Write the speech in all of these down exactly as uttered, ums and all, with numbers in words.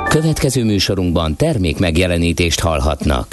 Következő műsorunkban termék megjelenítést hallhatnak.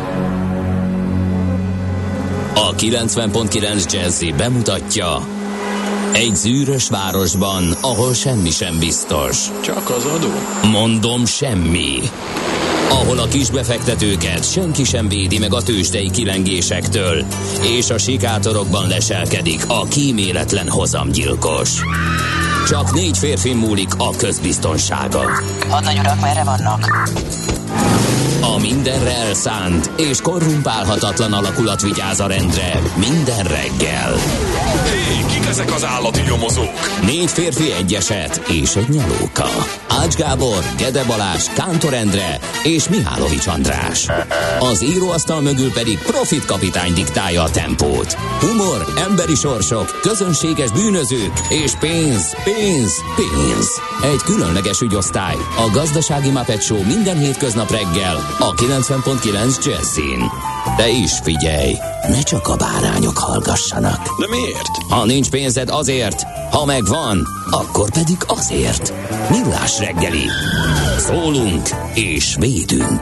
A kilencven pont kilenc Jazzy bemutatja: egy zűrös városban, ahol semmi sem biztos. Csak az adó? Mondom, semmi. Ahol a kisbefektetőket senki sem védi meg a tőzsdei kilengésektől, és a sikátorokban leselkedik a kíméletlen hozamgyilkos. Csak négy férfi múlik a közbiztonsága. Hadnagy urak, merre vannak? A mindenre elszánt és korrumpálhatatlan alakulat vigyáz a rendre minden reggel. Hé, kik ezek az állati nyomozók? Négy férfi, egy eset és egy nyalóka. Ács Gábor, Gede Balázs, Kántor Endre és Mihálovics András. Az íróasztal mögül pedig Profit kapitány diktálja a tempót. Humor, emberi sorsok, közönséges bűnözők és pénz, pénz, pénz. Egy különleges ügyosztály, a Gazdasági Muppet Show minden hétköznap reggel a kilencven pont kilenc Jazzin. De is figyelj, ne csak a bárányok hallgassanak. De miért? Ha nincs pénzed, azért, ha megvan, akkor pedig azért. Millás reggeli. Szólunk és védünk.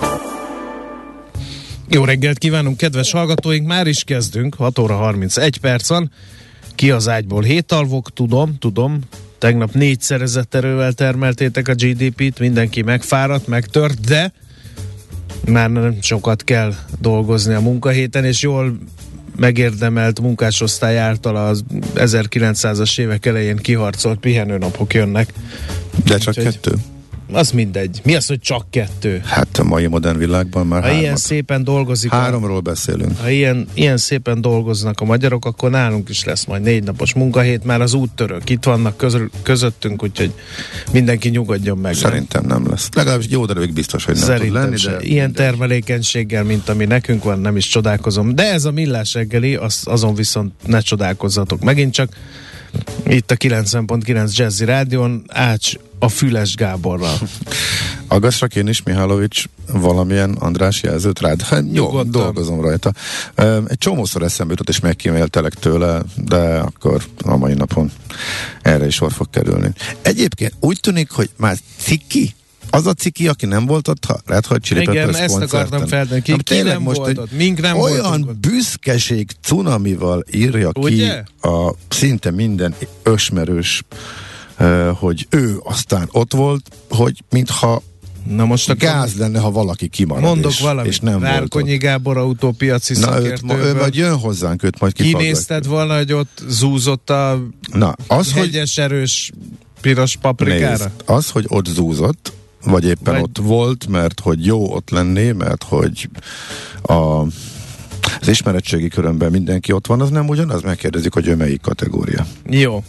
Jó reggelt kívánunk, kedves hallgatóink, már is kezdünk, hat óra harmincegy perc van. Ki az ágyból hétalvok, tudom, tudom. Tegnap négyszerezett erővel termeltétek a gé dé pét, mindenki megfáradt, megtört, de már nem sokat kell dolgozni a munkahéten, és jól megérdemelt munkásosztály által az ezerkilencszázas évek elején kiharcolt pihenőnapok jönnek. De csak Úgyhogy kettő? Az mindegy. Mi az, hogy csak kettő? Hát a mai modern világban már ha hármat. ilyen szépen dolgozik Háromról a, beszélünk. Ha ilyen, ilyen szépen dolgoznak a magyarok, akkor nálunk is lesz majd négy napos munkahét, már az úttörők itt vannak közül, közöttünk, úgyhogy mindenki nyugodjon meg. Szerintem nem lesz. Legalábbis jó darabig biztos, hogy nem Szerintem tud lenni. se. De Ilyen mindegy. termelékenységgel, mint ami nekünk van, nem is csodálkozom. De ez a Millás reggeli, az, azon viszont ne csodálkozzatok megint csak. Itt a kilencven pont kilenc Jazzy Rádion, Ács a Füles Gáborral. Aggassak én is, Mihálovics, valamilyen András jelzőt rád? Hát jó, Nyugodtan. dolgozom rajta. Egy csomószor eszembe jutott, és megkíméltelek tőle, de akkor a mai napon erre is sor fog kerülni. Egyébként úgy tűnik, hogy már ciki, az a ciki, aki nem volt ott, ha Red Hot Chili Igen, Peppers ezt koncerten. akartam feltenni. Ki, Na, ki tényleg nem most volt egy ott? Mink nem voltunk olyan ott? büszkeség cunamival írja Ugye? ki a szinte minden ösmerős, uh, hogy ő aztán ott volt, hogy mintha Na most akkor gáz lenne, ha valaki kimarad. mondok és, valamit. és nem Várkonyi volt Gábor autópiaci ott. Na, őt, ma- ő szakértőből. majd jön hozzánk, őt majd kifaggatjuk. Kinézted volna, hogy ott zúzott a Na, az, hogy hegyes erős piros paprikára? nézd, az, hogy ott zúzott, vagy éppen Vagy- ott volt, mert hogy jó ott lenni, mert hogy a, az ismeretségi körömben mindenki ott van, az nem ugyanaz, megkérdezik, hogy ő melyik kategória. Jó.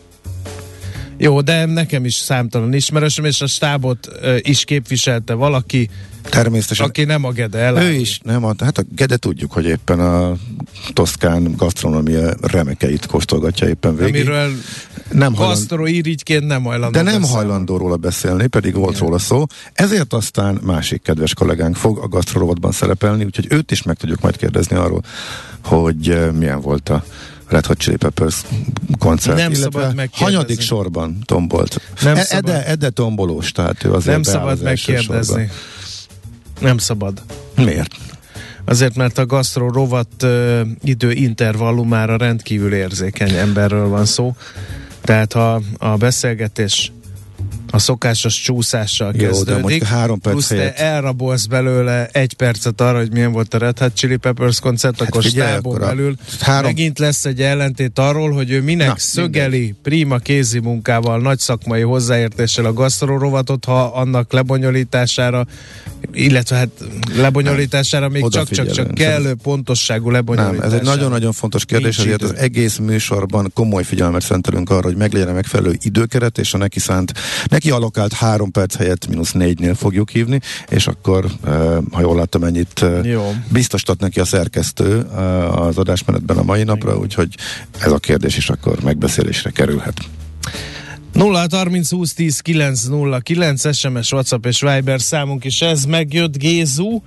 Jó, de nekem is számtalan ismerősöm, és a stábot ö, is képviselte valaki, Természetesen aki nem a Gede ő elárul. is, nem, a, hát a Gede tudjuk, hogy éppen a toszkán gasztronómia remekeit kóstolgatja éppen végig. Amiről Nem hajlandó, gasztroirigyként nem hajlandó. de nem beszélni. hajlandó róla beszélni, pedig volt Igen. róla szó. Ezért aztán másik kedves kollégánk fog a gasztrorovatban szerepelni, úgyhogy őt is meg tudjuk majd kérdezni arról, hogy uh, milyen volt a Red Hot Chili Peppers koncert. Nem illetve szabad megkérdezni. hanyadik sorban tombolt. Nem e- szabad. Ede, Ede tombolós, tehát ő azért Nem beáll szabad az első megkérdezni. sorban. Nem szabad. Miért? Azért, mert a gasztro rovat ö, idő intervallumára rendkívül érzékeny emberről van szó. Tehát ha a beszélgetés a szokásos csúszással Jó, de kezdődik, mondjuk három perc plusz helyett- te elrabolsz belőle egy percet arra, hogy milyen volt a Red Hot Chili Peppers koncert, Hát akkor figyelj, stábon akkor a belül három- megint lesz egy ellentét arról, hogy ő minek Na, szögeli prima kézi munkával, nagy szakmai hozzáértéssel a gasztrorovatot, ha annak lebonyolítására, illetve hát lebonyolítására még csak-csak Odafigyelünk. kellő pontosságú lebonyolítására. Nem, ez egy nagyon-nagyon fontos kérdés, Nincs ezért idő. az egész műsorban komoly figyelmet szentelünk arra, hogy meglegyen a megfelelő időkeret, és a neki szánt, neki alokált három perc helyett mínusz négynél fogjuk hívni, és akkor, eh, ha jól láttam, ennyit eh, Jó. biztosított neki a szerkesztő eh, az adásmenetben a mai napra, úgyhogy ez a kérdés is akkor megbeszélésre kerülhet. nulla harminc húsz tíz kilenc nulla kilenc es em es, WhatsApp és Viber számunk is ez. Megjött Gézu,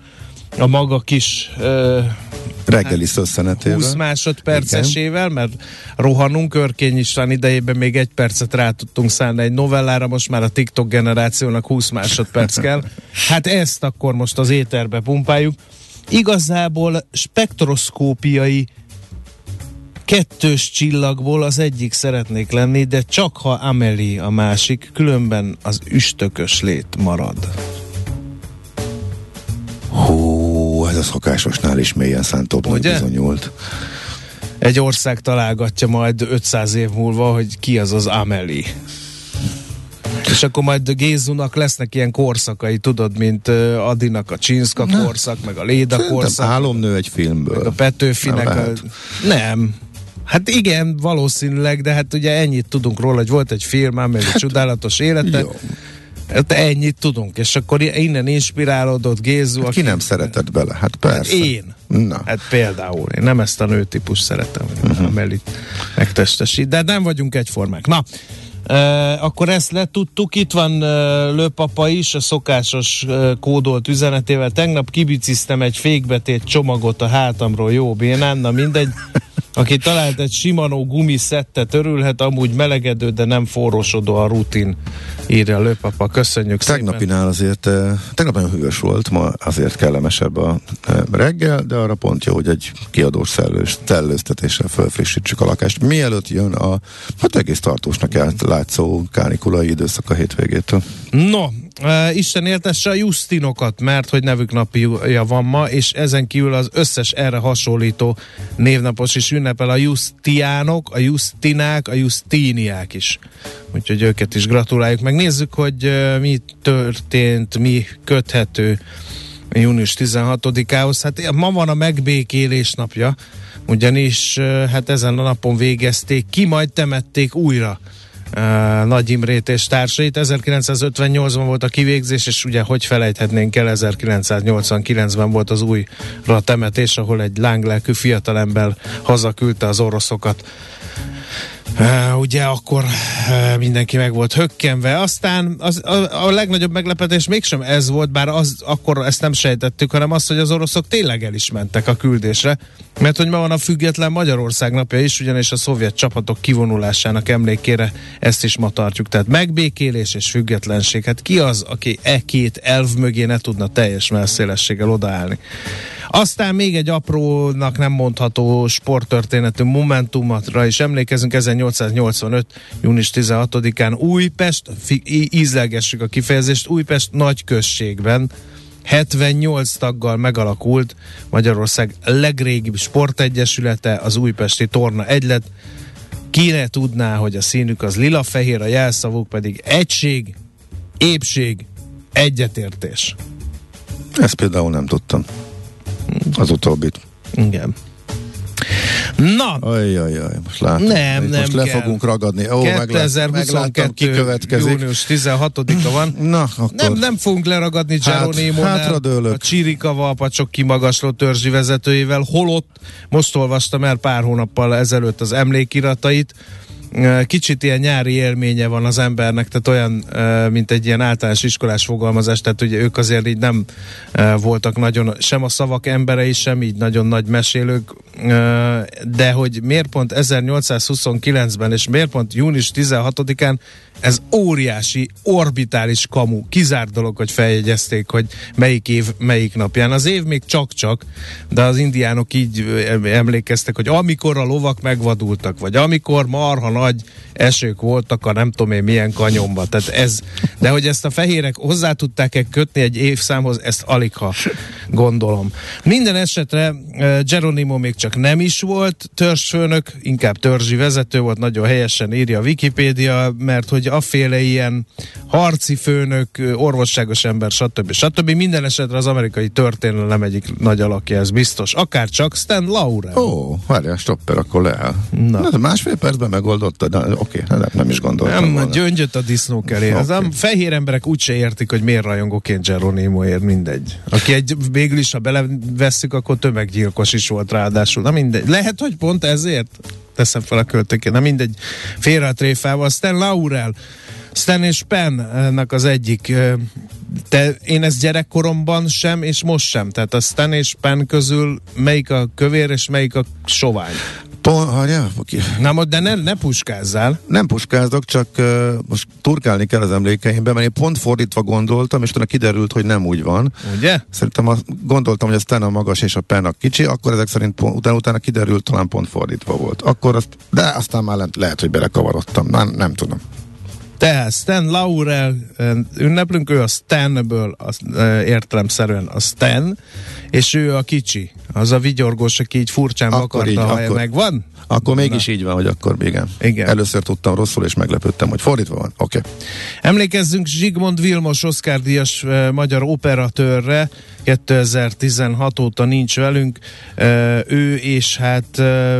a maga kis uh, reggeli szösszenetével. húsz másodpercesével, mert rohanunk, Örkény István idejében még egy percet rá tudtunk szállni egy novellára, most már a TikTok generációnak húsz másodperc kell. Hát ezt akkor most az éterbe pumpáljuk. Igazából spektroszkópiai kettős csillagból az egyik szeretnék lenni, de csak ha Amélie a másik, különben az üstökös lét marad. Hú, ez a szokásosnál is mélyen szántóbbnak bizonyult. Egy ország találgatja majd ötszáz év múlva, hogy ki az az Amélie. És akkor majd Gézunak lesznek ilyen korszakai, tudod, mint uh, Adinak a Csinszka Na. korszak, meg a Léda Szerintem korszak. Álomnő egy filmből. Meg a Petőfinek nem, a... nem. Hát igen, valószínűleg, de hát ugye ennyit tudunk róla, hogy volt egy film, Amélie hát, csodálatos élete. Jó. Hát ennyit tudunk, és akkor innen inspirálódott Gézu. Hát ki aki... nem szeretett bele? Hát persze. Hát én. Na. Hát például. Én nem ezt a nőtípus szeretem, hogy uh-huh. Amélie-t megtestesít, de nem vagyunk egyformák. Na, Uh, akkor ezt letudtuk, itt van uh, Lőpapa is a szokásos uh, kódolt üzenetével. Tegnap kibiciztem egy fékbetét csomagot a hátamról, jó bénán, na mindegy. Aki talált egy Shimano gumiszettet, örülhet, amúgy melegedő, de nem forrósodó a rutin, írja Lőpapa. Köszönjük szépen. Tegnapinál azért, tegnap nagyon hűvös volt, ma azért kellemesebb a reggel, de arra pont jó, hogy egy kiadós szellős, szellőztetéssel felfrissítsük a lakást. Mielőtt jön a hát egész tartósnak látszó kánikulai időszak a hétvégétől. No, uh, Isten éltesse a Justinokat, mert hogy nevük napja van ma, és ezen kívül az összes erre hasonlító névnapos is ünnepel, a Justiánok, a Justinák, a Justiniák is. Úgyhogy őket is gratuláljuk. Megnézzük, hogy uh, mi történt, mi köthető június tizenhatodikához. Hát ma van a megbékélés napja, ugyanis uh, hát ezen a napon végezték ki, majd temették újra Uh, Nagy Imrét és társait. ezerkilencszázötvennyolcban volt a kivégzés, és ugye hogy felejthetnénk el, ezerkilencszáznyolcvankilencben volt az újra temetés, ahol egy lánglelkű fiatalember hazaküldte az oroszokat. Uh, ugye akkor uh, mindenki meg volt hökkenve. Aztán az, a, a legnagyobb meglepetés mégsem ez volt, bár az, akkor ezt nem sejtettük, hanem az, hogy az oroszok tényleg el is mentek a küldésre, mert hogy ma van a független Magyarország napja is, ugyanis a szovjet csapatok kivonulásának emlékére ezt is ma tartjuk. Tehát megbékélés és függetlenség. Hát ki az, aki e két elv mögé ne tudna teljes melszélességgel odaállni? Aztán még egy aprónak nem mondható sporttörténetű momentumatra is emlékezünk. ezernyolcszáznyolcvanöt. június tizenhatodikán Újpest, ízlelgessük a kifejezést, Újpest nagyközségben hetvennyolc taggal megalakult Magyarország legrégibb sportegyesülete, az Újpesti Torna Egylet. Ki ne tudná, hogy a színük az lila-fehér, a jelszavuk pedig egység, épség, egyetértés. Ezt például nem tudtam. Az utóbbit. Igen. Na! Ajjajjaj, most látom. Nem, nem most le kell. fogunk ragadni. Ó, kétezer-huszonkettő június tizenhatodika van. Na, akkor. Nem, nem fogunk leragadni Geronimo-nál, hát, a Csirika Valpacsok kimagasló törzsi vezetőjével, holott most olvastam el pár hónappal ezelőtt az emlékiratait. Kicsit ilyen nyári élménye van az embernek, tehát olyan, mint egy ilyen általános iskolás fogalmazás, tehát ugye ők azért így nem voltak nagyon, sem a szavak emberei, sem így nagyon nagy mesélők, de hogy miért pont ezernyolcszázhuszonkilencben és miért pont június tizenhatodikán, ez óriási, orbitális kamu. Kizárt dolog, hogy feljegyezték, hogy melyik év, melyik napján. Az év még csak-csak, de az indiánok így emlékeztek, hogy amikor a lovak megvadultak, vagy amikor marha nagy esők voltak a nem tudom én milyen kanyomba. Tehát ez, de hogy ezt a fehérek hozzá tudták-e kötni egy évszámhoz, ezt aligha gondolom. Minden esetre Geronimo még csak nem is volt törzsfőnök, inkább törzsi vezető volt, nagyon helyesen írja a Wikipédia, mert hogy aféle ilyen harci főnök, orvosságos ember, stb. stb. Minden esetre az amerikai történelem egyik nagy alakja, ez biztos. Akár csak Stan Laurel. Ó, várjál, stopper, akkor leáll. Na. Na, másfél percben megoldotta, de oké, okay, nem, nem is gondoltam Nem, volna. Gyöngyöt a disznók elé. Okay. Az fehér emberek úgyse értik, hogy miért rajongok én Geronimoért, mindegy. Aki egy, végül is, ha belevesszük, akkor tömeggyilkos is volt ráadásul. Na mindegy. Lehet, hogy pont ezért teszem fel a költőként. Na mindegy, félre a tréfával. Stan Laurel, Stan és Pennek az egyik uh, De én ezt gyerekkoromban sem, és most sem. Tehát a Stan és Pen közül melyik a kövér, és melyik a sovány? Pont, hagyja, Na, de ne, ne puskázzál. Nem puskázok, csak uh, most turkálni kell az emlékeimben, mert én pont fordítva gondoltam, és utána kiderült, hogy nem úgy van. Ugye? Szerintem azt gondoltam, hogy a Stan a magas és a Pen a kicsi, akkor ezek szerint pont, utána, utána kiderült, talán pont fordítva volt. Akkor azt, de aztán már le, lehet, hogy belekavarodtam. Nem, nem tudom. Tehát Stan Laurel ünneplünk, ő a Stanből az, értelemszerűen a Stan, és ő a kicsi. Az a vigyorgós, aki így furcsán vakarta a haja, megvan? Akkor mégis Na. így van, hogy akkor igen. igen. Először tudtam rosszul, és meglepődtem, hogy fordítva van. Oké. Okay. Emlékezzünk Zsigmond Vilmos Oscar-díjas uh, magyar operatőrre, kétezer-tizenhat óta nincs velünk. Uh, ő és hát uh,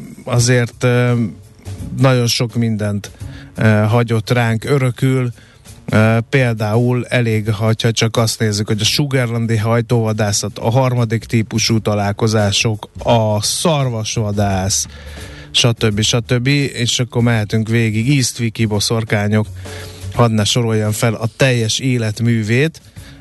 azért uh, nagyon sok mindent uh, hagyott ránk örökül. Uh, például elég, ha csak azt nézzük, hogy a Sugarlandi hajtóvadászat, a harmadik típusú találkozások, a szarvasvadász, stb. stb. És akkor mehetünk végig. Eastwicki boszorkányok, hadd ne soroljam fel a teljes életművét,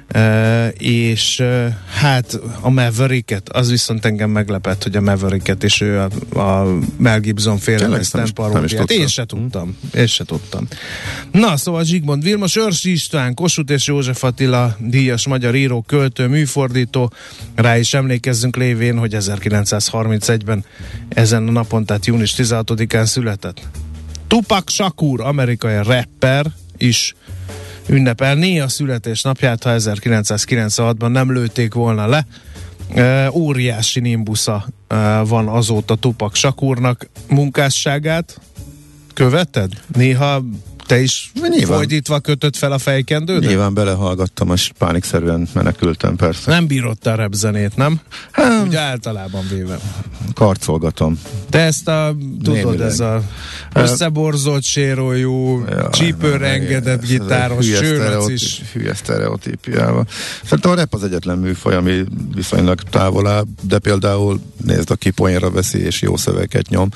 Uh, és uh, hát a Mavericket, az viszont engem meglepett, hogy a Mavericket és ő a, a Mel Gibson félreveztem paródiát. Én se tudtam. Én se tudtam. Na, szóval Zsigmond Vilmos, Őrsi István, Kossuth és József Attila díjas magyar író, költő, műfordító. Rá is emlékezzünk lévén, hogy ezerkilencszázharmincegyben ezen a napon, tehát június tizenhatodikán született. Tupac Shakur, amerikai rapper is ünnepelné a születésnapját, ha ezerkilencszázkilencvenhatban nem lőtték volna le. E, óriási nimbusza e, van azóta Tupac Shakurnak. Munkásságát követed? Néha te is nyilván fordítva kötött fel a fejkendődet? Nyilván belehallgattam, és pánikszerűen menekültem, persze. Nem bírod te a repzenét, nem? Hát, ugye általában véve. Karcolgatom. Te ezt a, tudod, Némileg. ez a összeborzolt sérolyú, ja, csípőre engedett gitáros, sőnacis. Hülye sztereotípiával. Szerintem a rap az egyetlen műfaj, ami viszonylag távol áll, de például nézd, aki poénra veszi, és jó szöveket nyom,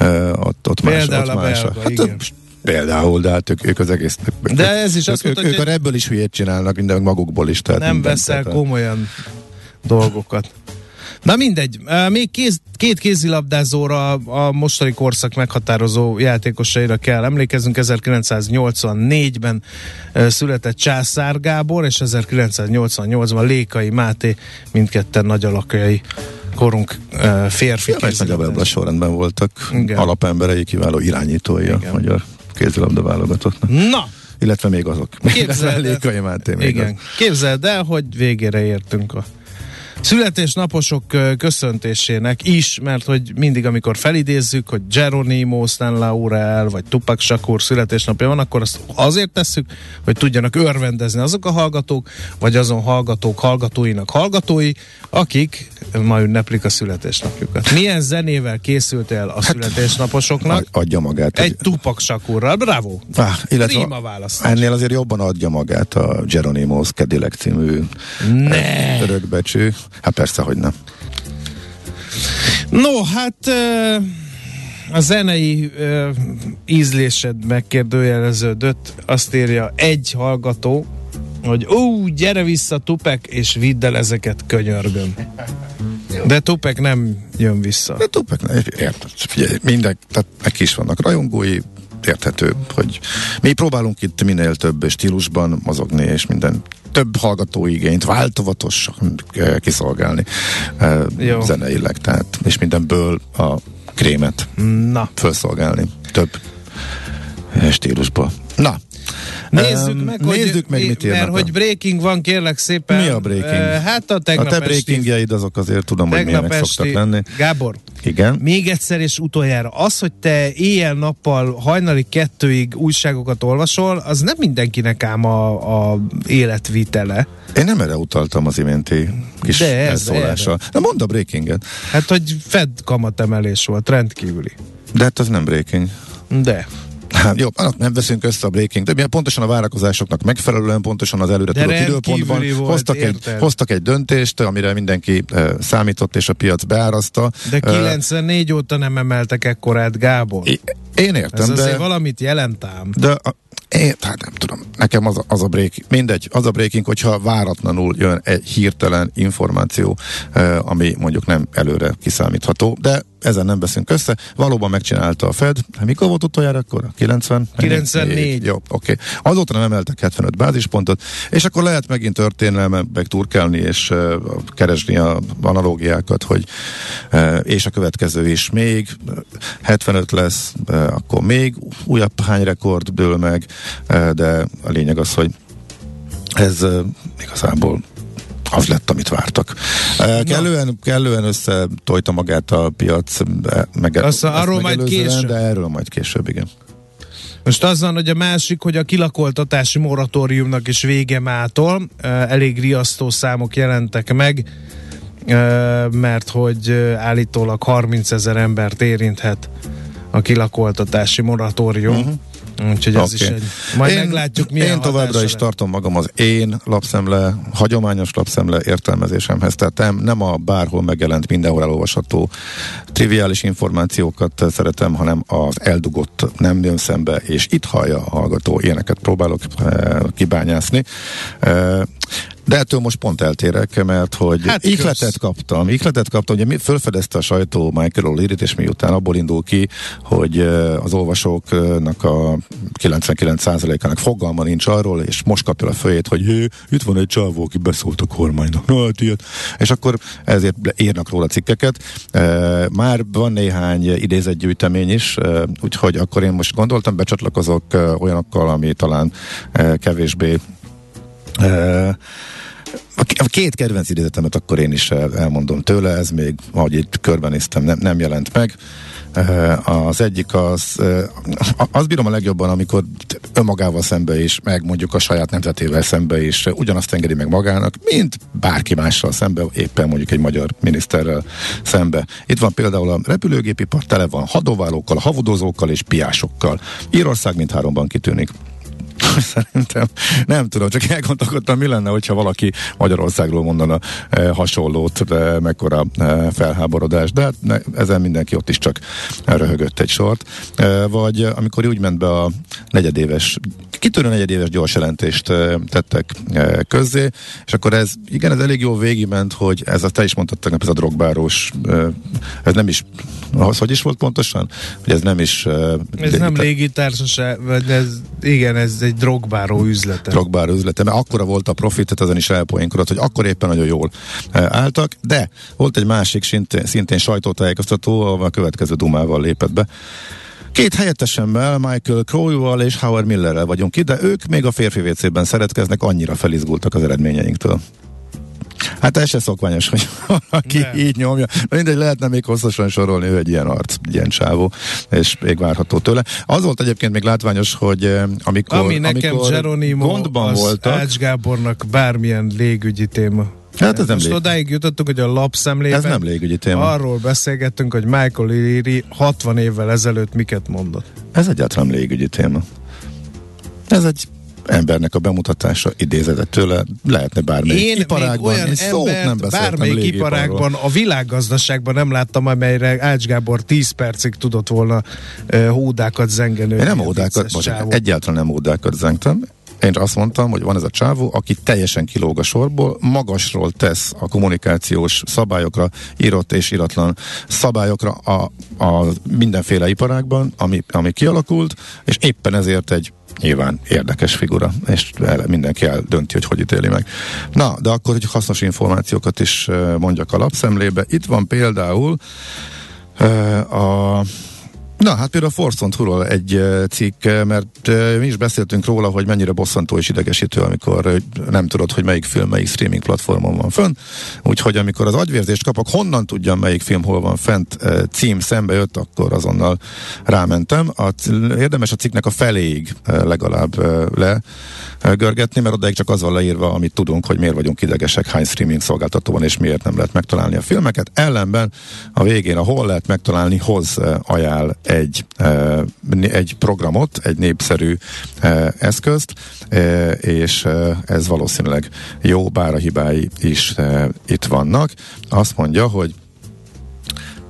ott, ott más. Például ott a más. belga, hát, igen. Például, de hát ők, ők az egész... De ez is ők, azt ők, mondta, ők a rapből is hülyét csinálnak, minden magukból is. Tehát nem veszel komolyan dolgokat. Na mindegy, még kéz, két kézilabdázóra, a mostani korszak meghatározó játékosaira kell emlékezzünk. ezerkilencszáznyolcvannégyben született Császár Gábor, és ezerkilencszáznyolcvannyolcban Lékai Máté, mindketten nagy alakjai korunk férfi ja, kézilabdázók. Sorrendben voltak. Igen. Alapemberei, kiváló irányítói Igen. a magyar kézilabda válogatottnak. Na! Illetve még azok. Képzeld, Lékai Máté még igen. Az. Képzeld el, hogy végére értünk a születésnaposok köszöntésének is, mert hogy mindig, amikor felidézzük, hogy Geronimo, Stan Laurel, vagy Tupac Shakur születésnapja van, akkor azt azért tesszük, hogy tudjanak örvendezni azok a hallgatók, vagy azon hallgatók hallgatóinak hallgatói, akik ma ünneplik a születésnapjukat. Milyen zenével készült el a születésnaposoknak? Adja magát. Egy Tupac Shakurral, bravo! Ah, Prima választás. Ennél azért jobban adja magát a Geronimo's Cadillac című ne. örökbecsű. Hát persze, hogy nem. No, hát a zenei ízlésed megkérdőjeleződött. Azt írja egy hallgató, hogy ó, gyere vissza Tupac, és vidd el ezeket, könyörgöm. De Tupac nem jön vissza. De Tupac nem, érted, figyelj, minden, tehát neki is vannak rajongói, érthető, hogy mi próbálunk itt minél több stílusban mozogni, és minden több hallgató igényt változatosan kiszolgálni Jó. zeneileg, tehát, és mindenből a krémet Na. felszolgálni több stílusból. Na, Nézzük um, meg, nézzük hogy, meg mit mert hogy breaking van, kérlek szépen. Mi a breaking? Uh, hát a tegnap A te breakingjeid azok azért tudom, hogy milyenek szoktak lenni. Gábor, igen? Még egyszer és utoljára, az, hogy te éjjel-nappal hajnali kettőig újságokat olvasol, az nem mindenkinek ám a, a életvitele. Én nem erre utaltam az iménti kis elszólással. Na mondd a breakinget. Hát, hogy Fed kamatemelés volt, rendkívüli. De hát az nem breaking. De... Hát, jó, nem veszünk össze a breaking, de milyen pontosan a várakozásoknak megfelelően, pontosan az előre tudott időpontban hoztak egy, hoztak egy döntést, amire mindenki e, számított, és a piac beárazta. De kilencvennégy e, óta nem emeltek ekkorát, Gábor. Én értem, Ez de... azért valamit jelent ám. De a, Én, hát nem tudom, nekem az a, az a break, mindegy, az a breaking, hogyha váratlanul jön egy hirtelen információ, eh, ami mondjuk nem előre kiszámítható, de ezen nem beszélünk össze. Valóban megcsinálta a Fed. Mikor volt utoljára akkor? kilencven? kilencvennégy. Jó, oké. Okay. Azóta nem emeltek hetvenöt bázispontot, és akkor lehet megint történelme, meg turkálni, és uh, keresni a analógiákat, hogy uh, és a következő is még hetvenöt lesz, uh, akkor még újabb hány rekord dől meg, uh, de a lényeg az, hogy ez uh, igazából az lett, amit vártak. Uh, kellően, kellően összetojta magát a piac, meg Aztán arról majd később. De erről majd később, igen. Most az van, hogy a másik, hogy a kilakoltatási moratóriumnak is vége mától. Uh, elég riasztó számok jelentek meg, uh, mert hogy uh, állítólag harmincezer embert érinthet a kilakoltatási moratórium. Uh-huh. Úgyhogy ez okay. is egy... Majd én, meglátjuk, milyen Én továbbra is tartom magam az én lapszemle, hagyományos lapszemle értelmezésemhez, tehát nem, nem a bárhol megjelent, mindenhol elolvasható triviális információkat szeretem, hanem az eldugott nem jön szembe, és itt hallja a hallgató, ilyeneket próbálok e, kibányászni. E, De ettől most pont eltérek, mert hogy hát ihletet kaptam, ihletet kaptam, ugye fölfedezte a sajtó Michael O'Learyt, és miután abból indul ki, hogy az olvasóknak a kilencvenkilenc százalékának fogalma nincs arról, és most kapja a fejét, hogy hé, itt van egy csávó, aki beszólt a kormánynak. Na, hát ilyet. És akkor ezért írnak róla cikkeket. Már van néhány idézetgyűjtemény is, úgyhogy akkor én most gondoltam, becsatlakozok olyanokkal, ami talán kevésbé a két kedvenc idézetemet akkor én is elmondom tőle, ez még, ahogy itt körbenéztem, nem, nem jelent meg. Az egyik az, azt bírom a legjobban, amikor önmagával szembe is, meg mondjuk a saját nemzetével szembe is ugyanazt engedi meg magának, mint bárki mással szembe, éppen mondjuk egy magyar miniszterrel szembe. Itt van például a repülőgépipar, tele van hadoválókkal, havodozókkal és piásokkal. Írország mindháromban kitűnik. Szerintem, nem tudom, csak elgondolkodtam, mi lenne, hogyha valaki Magyarországról mondana e, hasonlót, de mekkora e, felháborodás, de hát ne, ezen mindenki ott is csak röhögött egy sort. E, vagy amikor úgy ment be a negyedéves, kitörő negyedéves gyors jelentést e, tettek e, közzé, és akkor ez, igen, ez elég jól végigment, hogy ez a te is mondtad tegnap, ez a drogbáros, e, ez nem is, az hogy is volt pontosan? Hogy ez nem is... E, ez légitár... nem légitársaság, vagy ez, igen, ez egy drogbáró üzlete. Drogbáró üzlete, mert akkora volt a profit, tehát ezen is elpoénkodott, hogy akkor éppen nagyon jól álltak, de volt egy másik szintén, szintén sajtótájékoztató, ahol a következő dumával lépett be. Két helyettesemmel, Michael Crowe-val és Howard Millerrel vagyunk itt, de ők még a férfi vécében szeretkeznek, annyira felizgultak az eredményeinktől. Hát ez se szokványos, hogy valaki nem. Így nyomja. Mindegy, lehetne még hosszasan sorolni, ő egy ilyen arc, ilyen csávó, és még várható tőle. Az volt egyébként még látványos, hogy amikor, Ami nekem amikor Geronimo, gondban az voltak... Ács Gábornak bármilyen légügyi téma. Hát ez nem Most lég... odáig jutottunk, hogy a lapszemlében ez nem légügyi téma. Arról beszélgettünk, hogy Michael O'Leary hatvan évvel ezelőtt miket mondott. Ez egyáltalán légügyi téma. Ez egy embernek a bemutatása, idézetet tőle, lehetne bármelyik én iparágban. Én szót nem beszéltem bármelyik iparágban, a világgazdaságban nem láttam, amelyre Ács Gábor tíz percig tudott volna uh, hódákat zengeni. Én nem hódákat, most egyáltalán nem hódákat zengtem. Én azt mondtam, hogy van ez a csávó, aki teljesen kilóg a sorból, magasról tesz a kommunikációs szabályokra, írott és íratlan szabályokra a, a mindenféle iparágban, ami, ami kialakult, és éppen ezért egy nyilván érdekes figura, és mindenki eldönti, hogy hogy ítéli meg. Na, de akkor, hogy hasznos információkat is mondjak a lapszemlébe. Itt van például a Na, hát például a Force pont hu-ról egy uh, cikk, mert uh, mi is beszéltünk róla, hogy mennyire bosszantó és idegesítő, amikor uh, nem tudod, hogy melyik film, melyik streaming platformon van fönn. Úgyhogy amikor az agyvérzést kapok, honnan tudjam, melyik film hol van fent, uh, cím szembe jött, akkor azonnal rámentem. A, érdemes a cikknek a feléig uh, legalább uh, le uh, görgetni, mert odaig csak az van leírva, amit tudunk, hogy miért vagyunk idegesek, hány streaming szolgáltató van, és miért nem lehet megtalálni a filmeket. Ellenben a végén, ahol lehet megtalálni, hoz uh, ajánl egy, uh, egy programot, egy népszerű uh, eszközt, uh, és uh, ez valószínűleg jó, bár a hibái is uh, itt vannak. Azt mondja, hogy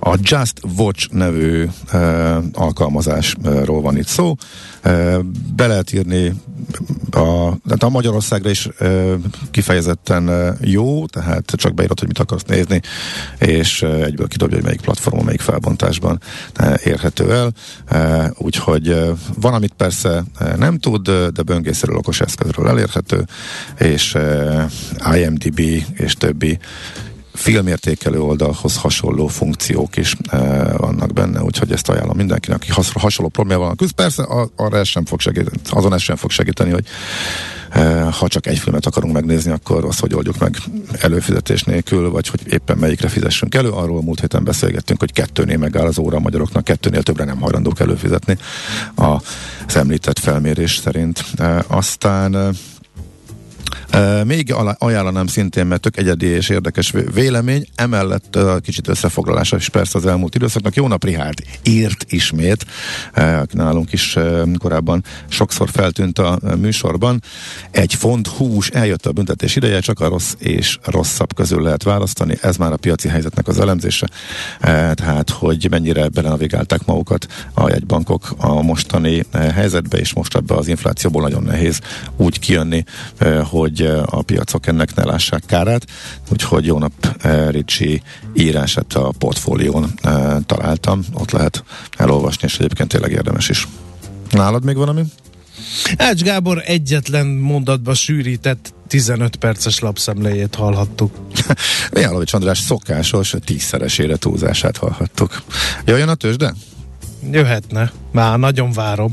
A Just Watch nevű uh, alkalmazásról van itt szó. Uh, be lehet írni a, tehát a Magyarországra is uh, kifejezetten uh, jó, tehát csak beírod, hogy mit akarsz nézni, és uh, egyből kidobja, hogy melyik platformon, melyik felbontásban uh, érhető el. Uh, úgyhogy uh, van, amit persze uh, nem tud, uh, de böngésző okos eszközről elérhető, és uh, I M D B és többi filmértékelő oldalhoz hasonló funkciók is e, vannak benne, úgyhogy ezt ajánlom mindenkinek, aki has, hasonló problémával küzd. Persze a, arra ez sem fog segíteni, azon ez sem fog segíteni, hogy e, ha csak egy filmet akarunk megnézni, akkor azt hogy oldjuk meg előfizetés nélkül, vagy hogy éppen melyikre fizessünk elő. Arról múlt héten beszélgettünk, hogy kettőnél megáll az óra a magyaroknak, kettőnél többre nem hajlandók előfizetni az említett felmérés szerint. E, aztán Uh, még ajánlanám szintén, mert tök egyedi és érdekes vélemény, emellett uh, kicsit összefoglalása is persze az elmúlt időszaknak. Jó nap, Richárd írt ismét, uh, aki nálunk is uh, korábban sokszor feltűnt a uh, műsorban. Egy font hús, eljött a büntetés ideje, csak a rossz és rosszabb közül lehet választani. Ez már a piaci helyzetnek az elemzése. Uh, tehát, hogy mennyire belenavigálták magukat a jegybankok a mostani uh, helyzetbe, és most ebbe az inflációból nagyon nehéz úgy kijönni, uh, hogy a piacok ennek ne lássák kárát, úgyhogy jó nap, Ricsi írását a portfólión e, találtam, ott lehet elolvasni, és egyébként tényleg érdemes is. Nálad még valami? Ács Gábor egyetlen mondatba sűrített tizenöt perces lapszemléjét hallhattuk. Mihálovics András szokásos tízszeresére túlzását hallhattuk. Jöjjön a tőzsde? Jöhetne, már nagyon várom.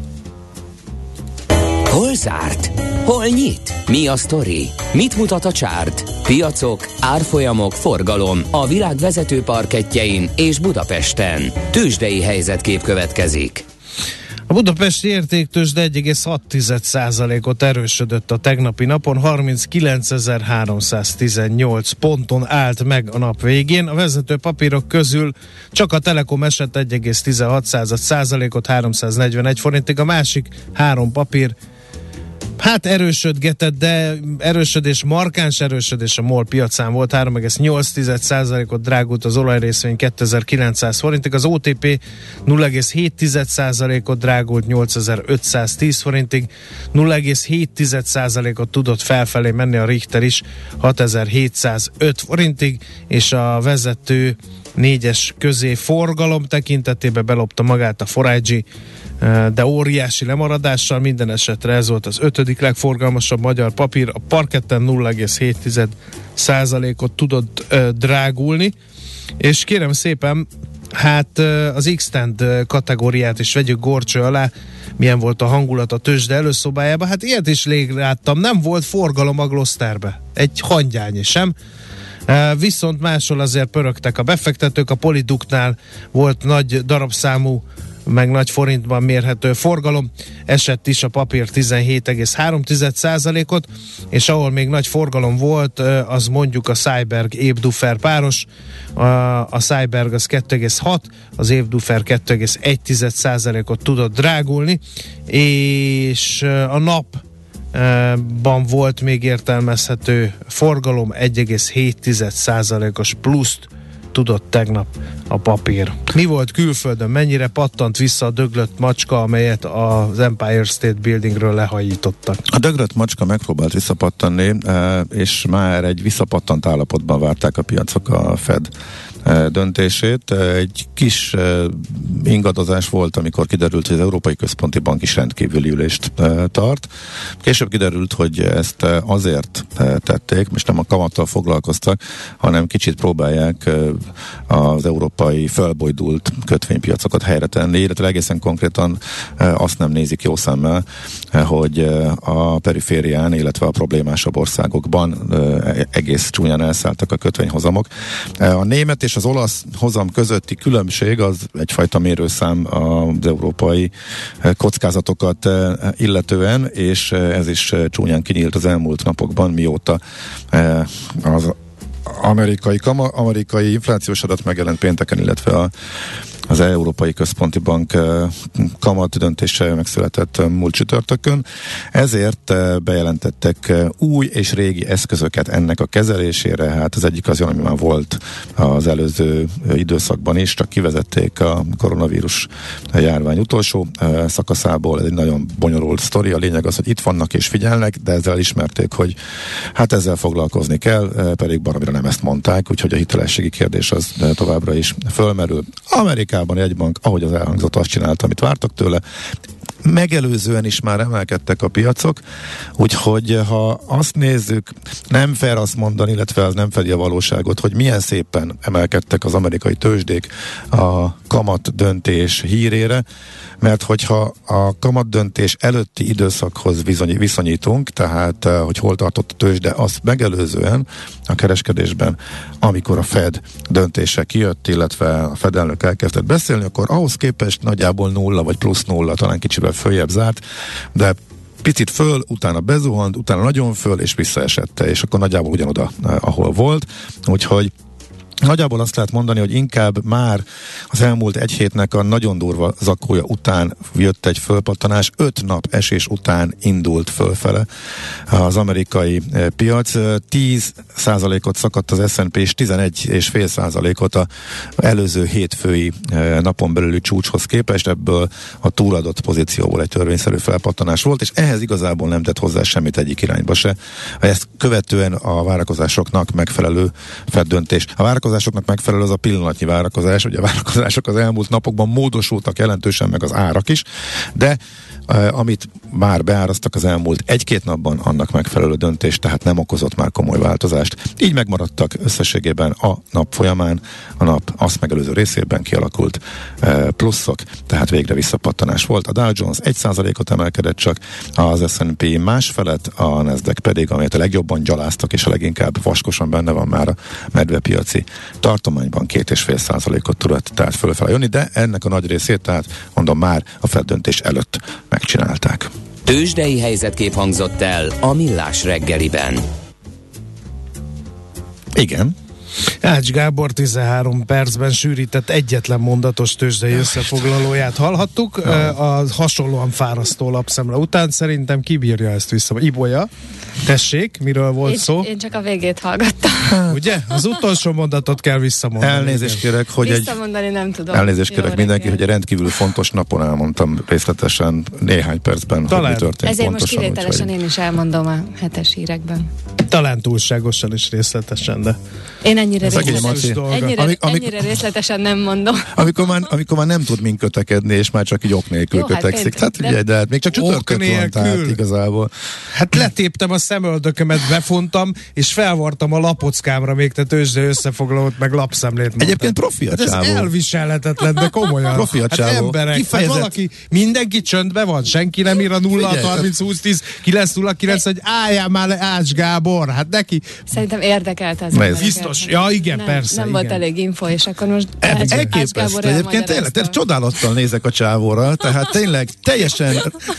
Hol zárt? Hol nyit? Mi a sztori? Mit mutat a csárt? Piacok, árfolyamok, forgalom a világ vezető parkettjein és Budapesten. Tőzsdei helyzetkép következik. A budapesti értéktőzsde egy egész hat százalékot erősödött a tegnapi napon, harminckilencezer-háromszáztizennyolc ponton állt meg a nap végén. A vezető papírok közül csak a Telekom esett egy egész tizenhat százalékot, háromszáznegyvenegy forintig, a másik három papír hát erősödgetett, de erősödés, markáns erősödés a MOL piacán volt, három egész nyolc százalékot drágult az olajrészvény kétezer-kilencszáz forintig, az o té pé nulla egész hét százalékot drágult nyolcezer-ötszáztíz forintig, nulla egész hét százalékot tudott felfelé menni a Richter is hatezer-hétszázöt forintig, és a vezető négyes közé forgalom tekintetében belopta magát a four i gé, de óriási lemaradással. Minden esetre ez volt az ötödik legforgalmasabb magyar papír, a parketten nulla egész hét százalékot tudott ö, drágulni, és kérem szépen, hát ö, az X-Tend kategóriát is vegyük górcső alá, milyen volt a hangulat a tőzsde előszobájában, hát ilyet is légráttam, nem volt forgalom a Glosterbe, egy hangyányi sem. Uh, viszont máshol azért pörögtek a befektetők, a Polyduknál volt nagy darabszámú, meg nagy forintban mérhető forgalom, esett is a papír tizenhét egész három százalékot, és ahol még nagy forgalom volt, az mondjuk a Cyberg Ébdufer páros, a, a Cyberg az kettő egész hat, az Ébdufer kettő egész egy százalékot tudott drágulni, és a nap ban volt még értelmezhető forgalom, egy egész hét százalékos pluszt tudott tegnap a papír. Mi volt külföldön? Mennyire pattant vissza a döglött macska, amelyet az Empire State Buildingről lehajítottak? A döglött macska megpróbált visszapattanni, és már egy visszapattant állapotban várták a piacok a Fed döntését. Egy kis ingadozás volt, amikor kiderült, hogy az Európai Központi Bank is rendkívüli ülést tart. Később kiderült, hogy ezt azért tették, most nem a kamattal foglalkoztak, hanem kicsit próbálják az európai fölbojdult kötvénypiacokat helyre tenni, illetve egészen konkrétan azt nem nézik jó szemmel, hogy a periférián, illetve a problémásabb országokban egész csúnyán elszálltak a kötvényhozamok. A német és az olasz hozam közötti különbség az egyfajta mérőszám az európai kockázatokat illetően, és ez is csúnyán kinyílt az elmúlt napokban, mióta az amerikai, kama, amerikai inflációs adat megjelent pénteken, illetve a az Európai Központi Bank kamat döntése megszületett múlt csütörtökön, ezért bejelentettek új és régi eszközöket ennek a kezelésére. Hát az egyik az olyan, ami már volt az előző időszakban is, csak kivezették a koronavírus járvány utolsó szakaszából. Ez egy nagyon bonyolult sztori. A lényeg az, hogy itt vannak és figyelnek, de ezzel ismerték, hogy hát ezzel foglalkozni kell, pedig baromira nem ezt mondták, úgyhogy a hitelességi kérdés az továbbra is fölmerül. Amerikában egy bank, ahogy az elhangzott, azt csinálta, amit vártak tőle. Megelőzően is már emelkedtek a piacok, úgyhogy ha azt nézzük, nem fair azt mondani, illetve az nem fedi a valóságot, hogy milyen szépen emelkedtek az amerikai tőzsdék a kamat döntés hírére, mert hogyha a kamat döntés előtti időszakhoz bizony, viszonyítunk, tehát hogy hol tartott a tőzsde, azt megelőzően a kereskedésben, amikor a Fed döntése kijött, illetve a Fed elnök elkezdett beszélni, akkor ahhoz képest nagyjából nulla vagy plusz nulla, talán kicsivel följebb zárt, de picit föl, utána bezuhant, utána nagyon föl, és visszaesette, és akkor nagyjából ugyanoda, ahol volt, úgyhogy nagyjából azt lehet mondani, hogy inkább már az elmúlt egy hétnek a nagyon durva zakója után jött egy fölpattanás, öt nap esés után indult fölfele az amerikai piac. tíz százalékot szakadt az es and pé, és tizenegy egész öt százalékot az előző hétfői napon belüli csúcshoz képest, ebből a túladott pozícióból egy törvényszerű felpattanás volt, és ehhez igazából nem tett hozzá semmit egyik irányba se. Ezt követően a várakozásoknak megfelelő Fed döntés. A várakozásoknak megfelelő az a pillanatnyi várakozás, ugye a várakozások az elmúlt napokban módosultak jelentősen, meg az árak is, de eh, amit már beáraztak az elmúlt egy-két napban, annak megfelelő döntés, tehát nem okozott már komoly változást. Így megmaradtak összességében a nap folyamán, a nap azt megelőző részében kialakult eh, pluszok, tehát végre visszapattanás volt. A Dow Jones egy százalékot emelkedett csak, az es and pé másfelet, a Nasdaq pedig, amelyet a legjobban gyaláztak, és a leginkább vaskosan benne van már a medvepiaci tartományban két és fél százalékot tudott tehát fölfele jönni, de ennek a nagy részét, tehát mondom, már a Fed döntés előtt megcsinálták. Tőzsdei helyzetkép hangzott el a Millás reggeliben. Igen. Ács Gábor tizenhárom percben sűrített egyetlen mondatos tőzsdei összefoglalóját hallhattuk. A hasonlóan fárasztó lapszemle után szerintem kibírja ezt vissza. Ibolya, tessék, miről volt én, szó? Én csak a végét hallgattam. Ugye? Az utolsó mondatot kell visszamondani. Elnézést kérek, hogy egy... Visszamondani nem tudom. Elnézést kérek mindenki, hogy egy rendkívül fontos napon elmondtam részletesen néhány percben, talán, hogy mi történt ezért pontosan. most kivételesen úgy, én is elmondom a hetes hírekben. Talán túlságosan is részletesen, de... Én ennyire, részletes, ennyire, Amik, amik, ennyire részletesen nem mondom. Amikor már, amikor már nem tud mind kötekedni, és már csak így ok nélkül Jó, kötekszik. hát Tehát ugye, de hát még csak csütörtök van, tehát igazából. Hát letéptem a szemöldökömet, befontam, és felvartam a lapockámra még te tőzsdei összefoglalót, meg lapszemlét mondtad. Egyébként profi a hát ez csávó. elviselhetetlen, de komolyan. Profi a hát csávó. emberek, Kifejezett... hát valaki, mindenki csöndben van, senki nem ír a nulla harminc húsz tíz kilenc nulla kilenc, hogy álljál már le, Ács Gábor, hát neki... Szerintem érdekelt az Ez biztos, ja igen, nem, persze. Nem igen. volt elég info, és akkor most Elképesztő. Egyébként tényleg, tényleg csodálattal nézek a csávóra, tehát tényleg teljesen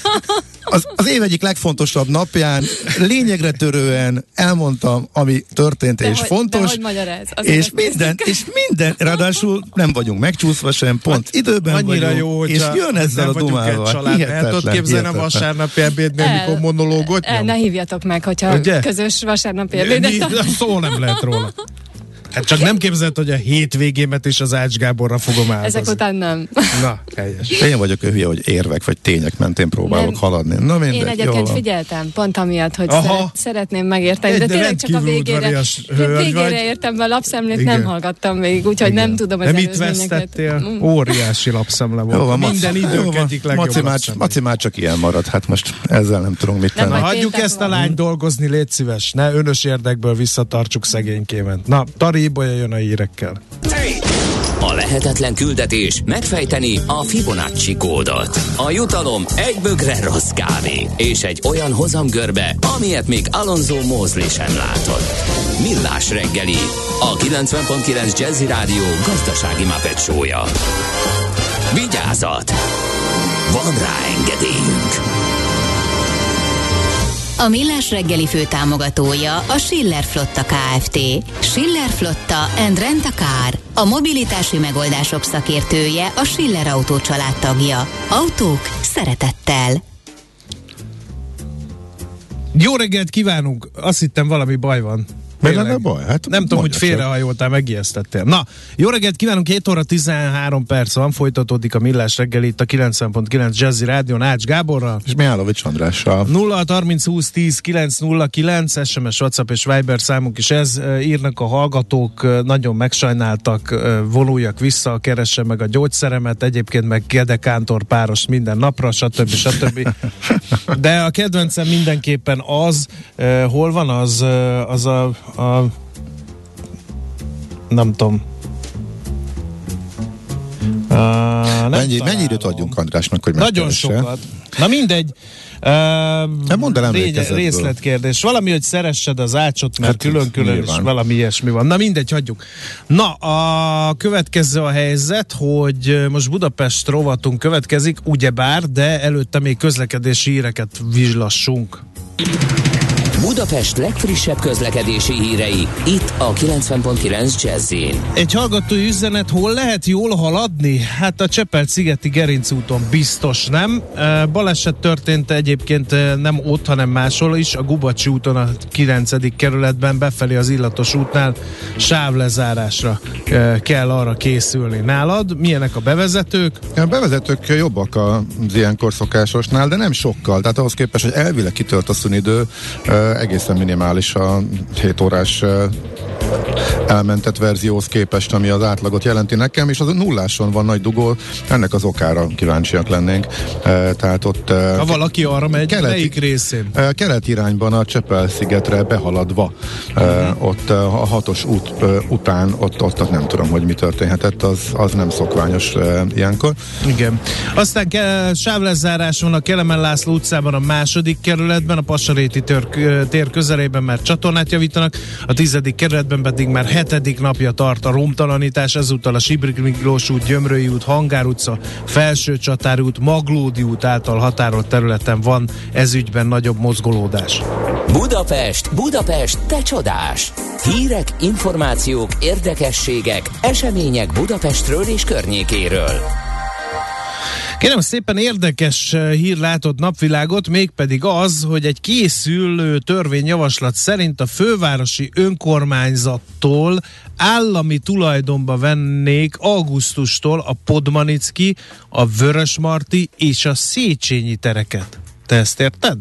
az, az év egyik legfontosabb napján lényegre törően elmondtam, ami történt de és hogy, fontos, de magyaráz, és minden, és minden, ráadásul nem vagyunk megcsúszva sem, pont időben annyira vagyunk, jó, és jön ezzel a dumával. El tudod képzelni a vasárnapi ebédnél, mikor monológot nyom? Ne hívjatok meg, hogyha Ugye? közös vasárnapi ebédet. Szó nem lehet róla. Hát csak nem képzeld, hogy a hétvégémet is az Ács Gáborra fogom áldozni. Ezek után nem. Na, helyes. Én vagyok ő hülye, hogy érvek vagy tények mentén próbálok Nem. haladni. Na mindegy, Én egyébként jó. figyeltem, pont amiatt, hogy Aha. szeret, szeretném megérteni, de Egy tényleg csak a rendkívül végére, udvarias hölgy végére vagy. értem be a lapszemlét, Igen. nem hallgattam végig, úgyhogy Igen. nem tudom az De mit előzményeket. vesztettél? Mm. Óriási lapszemle volt. Jó van, Minden Maci, idők jó van. egyik legjobb Maci már, lapszemle. Maci már csak ilyen marad, hát most ezzel nem tudunk mit Nem, tenni. majd Hagyjuk péntek ezt a van. lányt dolgozni, légy szíves. Ne önös érdekből visszatartsuk szegénykémet. Na, Tari Ibolya jön a hírekkel. A lehetetlen küldetés megfejteni a Fibonacci kódot. A jutalom egy bögre rossz kávé és egy olyan hozamgörbe, amilyet még Alonso Mosley sem látott. Millás reggeli, a kilencven pont kilenc Jazzy Rádió gazdasági Muppet show-ja. Vigyázat! Van rá engedélyünk! A Millás reggeli főtámogatója a Schiller Flotta Kft. Schiller Flotta and Rent a Car. A mobilitási megoldások szakértője, a Schiller Autó család tagja. Autók szeretettel. Jó reggelt kívánunk! Azt hittem, valami baj van. Meg lenne baj? Hát nem tudom, hogy félrehajoltál, megijesztettél. Na, jó reggelt kívánunk, hét óra tizenhárom perc van, folytatódik a Millás reggel itt a kilencven pont kilenc Jazzy Rádión Ács Gáborral. És Mihálovics Andrással. nulla harminc húsz tíz kilenc nulla kilenc es em es, WhatsApp és Viber számunk is ez. Írnak a hallgatók, nagyon megsajnáltak, vonuljak vissza, keresse meg a gyógyszeremet, egyébként meg Gede Kántor páros minden napra, stb. stb. De a kedvencem mindenképpen az, hol van az, az a A, nem tudom. A, nem Mennyi, mennyi időt adjunk Andrásnak, hogy nagyon sokat. Na mindegy. Uh, mondd el régy, részletkérdés. Valami, hogy szeressed az Ácsot, mert hát külön-külön is valami ilyesmi van. Na mindegy, hagyjuk. Na, a következő a helyzet, hogy most Budapest rovatunk következik, ugyebár, de előtte még közlekedési híreket vizslassunk. Budapest legfrissebb közlekedési hírei, itt a kilencven pont kilenc Jazz-in. Egy hallgatói üzenet, hol lehet jól haladni? Hát a Csepel-szigeti Gerinc úton biztos nem. Baleset történt egyébként nem ott, hanem máshol is. A Gubacsi úton a kilencedik kerületben befelé az Illatos útnál sávlezárásra kell arra készülni. Nálad milyenek a bevezetők? A bevezetők jobbak az ilyenkor szokásosnál, de nem sokkal. Tehát ahhoz képest, hogy elvileg kitört a szünidő, egészen minimális a hét órás elmentett verzióhoz képest, ami az átlagot jelenti nekem, és az nulláson van nagy dugó, ennek az okára kíváncsiak lennénk. Tehát ott... Ha valaki arra megy, keleti, melyik részén? Kelet irányban a Csepel-szigetre behaladva, uh-huh. ott a hatos út után, ott, ott nem tudom, hogy mi történhetett, az, az nem szokványos ilyenkor. Igen. Aztán ke- sávlezárás van a Kelemen László utcában a második kerületben, a Passaréti tör, tér közelében már csatornát javítanak, a tizedik kerületben pedig már hetedik napja tart a romtalanítás, ezúttal a Sibrik Miklós út, Gyömrői út, Hangár utca, Felső Csatári út, Maglódi út által határolt területen van ezügyben nagyobb mozgolódás. Budapest, Budapest, te csodás! Hírek, információk, érdekességek, események Budapestről és környékéről. Kérem szépen, érdekes hír látott napvilágot, mégpedig az, hogy egy készülő törvényjavaslat szerint a fővárosi önkormányzattól állami tulajdonba vennék augusztustól a Podmanicki, a Vörösmarty és a Széchenyi tereket. Te ezt érted?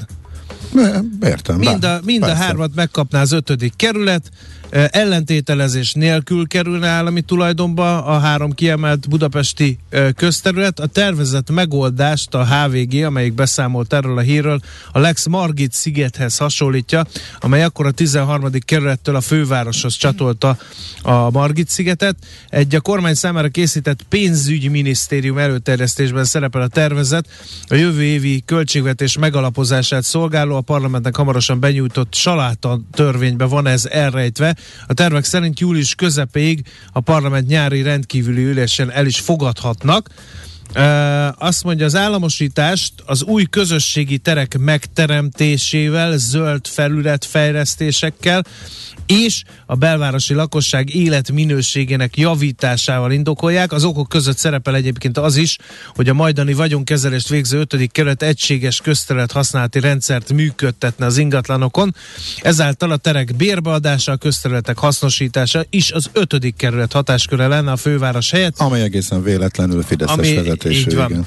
Értem. Mind a, mind a hármat megkapná az ötödik kerület, ellentételezés nélkül kerülne állami tulajdonba a három kiemelt budapesti közterület. A tervezett megoldást a há vé gé, amelyik beszámolt erről a hírről, a Lex Margit szigethez hasonlítja, amely akkor a tizenharmadik kerülettől a fővároshoz csatolta a Margit szigetet. Egy a kormány számára készített pénzügyminisztérium előterjesztésben szerepel a tervezet. A jövő évi költségvetés megalapozását szolgáló, a parlamentnek hamarosan benyújtott saláta törvénybe van ez elrejtve. A tervek szerint július közepéig a parlament nyári rendkívüli ülésen el is fogadhatnak. Uh, azt mondja, az államosítást az új közösségi terek megteremtésével, zöld felületfejlesztésekkel és a belvárosi lakosság életminőségének javításával indokolják. Az okok között szerepel egyébként az is, hogy a majdani vagyonkezelést végző ötödik kerület egységes közterület használati rendszert működtetne az ingatlanokon. Ezáltal a terek bérbeadása, a közterületek hasznosítása is az ötödik kerület hatásköre lenne a főváros helyett. Amely egészen véletlenül fideszes ami, vezetésű. Így van.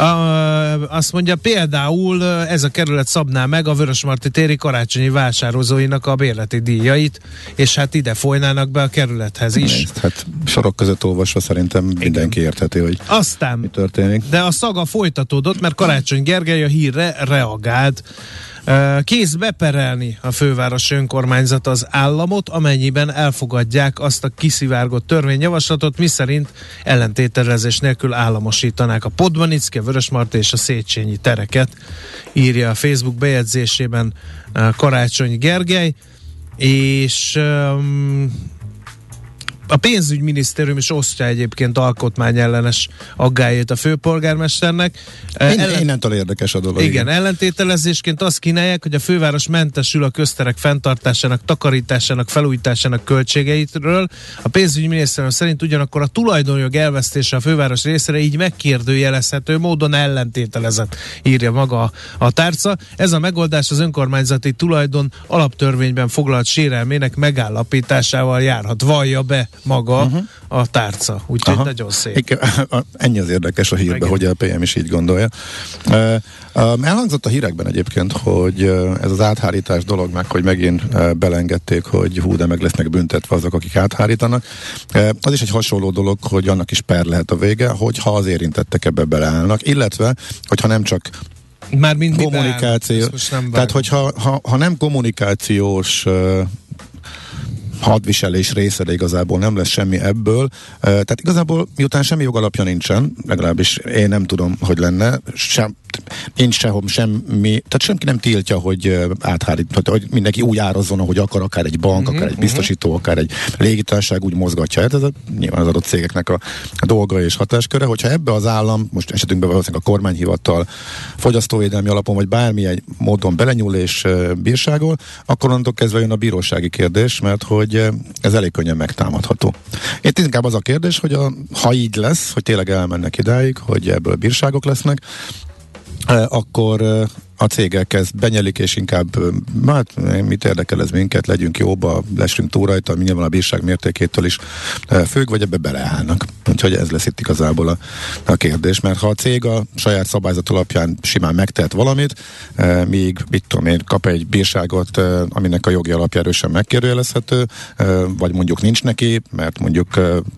A, azt mondja, például ez a kerület szabná meg a Vörösmarty téri karácsonyi vásározóinak a bérleti díjait, és hát ide folynának be a kerülethez is. Nézd, hát sorok között olvasva szerintem igen, mindenki értheti, hogy aztán, mi történik. De a szaga folytatódott, mert Karácsony Gergely a hírre reagált. Kész beperelni a főváros önkormányzat az államot, amennyiben elfogadják azt a kiszivárgott törvényjavaslatot, miszerint ellentételezés nélkül államosítanák a Podmanicki, a Vörösmarty és a Széchenyi tereket, írja a Facebook bejegyzésében Karácsony Gergely, és um, a pénzügyminisztérium is osztja egyébként alkotmányellenes aggályait a főpolgármesternek. Én, Ellen... Innentől érdekes a dolog. Igen, igen. ellentételezésként azt kínálják, hogy a főváros mentesül a közterek fenntartásának, takarításának, felújításának költségeitről. A pénzügyminisztérium szerint ugyanakkor a tulajdonjog elvesztése a főváros részére így megkérdőjelezhető módon ellentételezett, írja maga a, a tárca. Ez a megoldás az önkormányzati tulajdon alaptörvényben foglalt sérelmének megállapításával járhat. Vallja be maga uh-huh. a tárca. Úgyhogy Aha. nagyon szép. Igen, ennyi az érdekes a hírben, hogy a pé em is így gondolja. Elhangzott a hírekben egyébként, hogy ez az áthárítás dolog meg, hogy megint belengedték, hogy hú, de meg lesznek büntetve azok, akik áthárítanak. Az is egy hasonló dolog, hogy annak is per lehet a vége, hogyha az érintettek ebbe beleállnak, illetve, hogyha nem csak Már mind kommunikáció, tehát hogyha ha, ha nem kommunikációs hadviselés része, de igazából nem lesz semmi ebből. Tehát igazából miután semmi jogalapja nincsen, legalábbis én nem tudom, hogy lenne, sem, nincs sehol semmi, tehát senki nem tiltja, hogy áthárít, hogy mindenki úgy árazzon, ahogy akar, akár egy bank, uh-huh, akár egy biztosító, uh-huh. akár egy légitársaság úgy mozgatja. Ez a, nyilván az adott cégeknek a, a dolga és hatásköre, hogyha ebbe az állam, most esetünkben valószínűleg a kormányhivatal fogyasztóvédelmi alapon, vagy bármilyen módon belenyúl és bírságol, akkor onnantól kezdve jön a bírósági kérdés, mert hogy ez elég könnyen megtámadható. Itt inkább az a kérdés, hogy a, ha így lesz, hogy tényleg elmennek idáig, hogy ebből bírságok lesznek, akkor a cégek ezt benyelik, és inkább, hát mit érdekel ez minket, legyünk jóba, lessünk túl rajta, nyilván a bírság mértékétől is függ, vagy ebbe beleállnak. Úgyhogy ez lesz itt igazából a, a kérdés, mert ha a cég a saját szabályzat alapján simán megtehet valamit, míg, mit tudom én, kap egy bírságot, aminek a jogi alapja erősen megkérdőjelezhető, vagy mondjuk nincs neki, mert mondjuk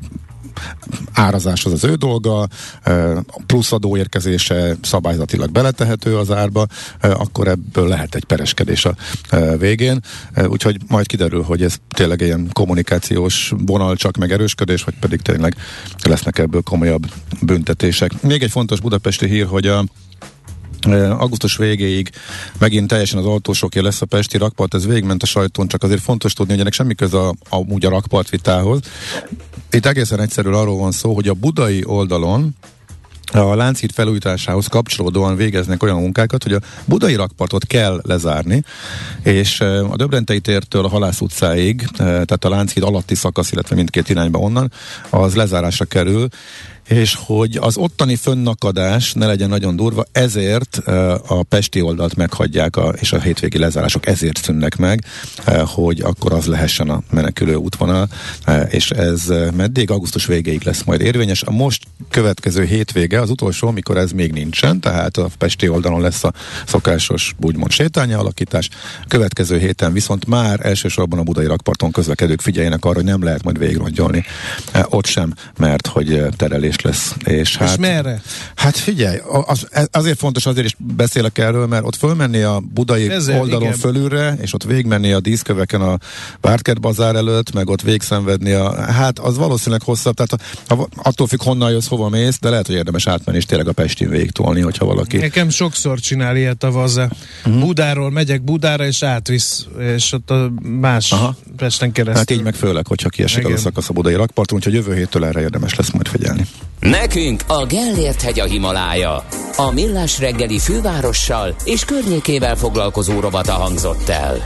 árazás az az ő dolga, plusz adó érkezése szabályzatilag beletehető az árba, akkor ebből lehet egy pereskedés a végén. Úgyhogy majd kiderül, hogy ez tényleg ilyen kommunikációs vonal csak meg erősködés, vagy pedig tényleg lesznek ebből komolyabb büntetések. Még egy fontos budapesti hír, hogy a augusztus végéig megint teljesen az autósoké lesz a pesti rakpart, ez végigment a sajtón, csak azért fontos tudni, hogy ennek semmi köze a, a, a rakpart vitához. Itt egészen egyszerűen arról van szó, hogy a budai oldalon a Lánchíd felújításához kapcsolódóan végeznek olyan munkákat, hogy a budai rakpartot kell lezárni, és a Döbrentei tértől a Halász utcáig, tehát a Lánchíd alatti szakasz, illetve mindkét irányba onnan, az lezárásra kerül, és hogy az ottani fönnakadás ne legyen nagyon durva, ezért a pesti oldalt meghagyják, a, és a hétvégi lezárások ezért szűnnek meg, hogy akkor az lehessen a menekülő útvonal, és ez meddig? Augusztus végéig lesz majd érvényes. A most következő hétvége, az utolsó, amikor ez még nincsen, tehát a pesti oldalon lesz a szokásos, úgymond sétálnya alakítás. Következő héten viszont már elsősorban a budai rakparton közlekedők figyeljenek arra, hogy nem lehet majd végigrongyolni ott sem, mert hogy terelés lesz. És, hát, és merre? Hát figyelj, az, azért fontos, azért is beszélek erről, mert ott fölmenni a budai Ezért, oldalon igen. fölülre, és ott végigmenni a díszköveken a Vártkert bazár előtt, meg ott végszenvedni a, hát az valószínűleg hosszabb, tehát a, attól függ, honnan jössz, hova mész, de lehet, hogy érdemes átmenni és tényleg a Pestin végigtolni, hogyha valaki. Nekem sokszor csinál ilyet a Vaze. Uh-huh. Budáról megyek Budára, és átvisz, és ott a más Aha. Pesten keresztül. Hát így meg főleg, hogyha kiesik az a szakasz a budai rakparton, úgyhogy jövő héttől erre érdemes lesz majd figyelni. Nekünk a Gellért hegy a Himalája. A Millás reggeli fővárossal és környékével foglalkozó rovata hangzott el.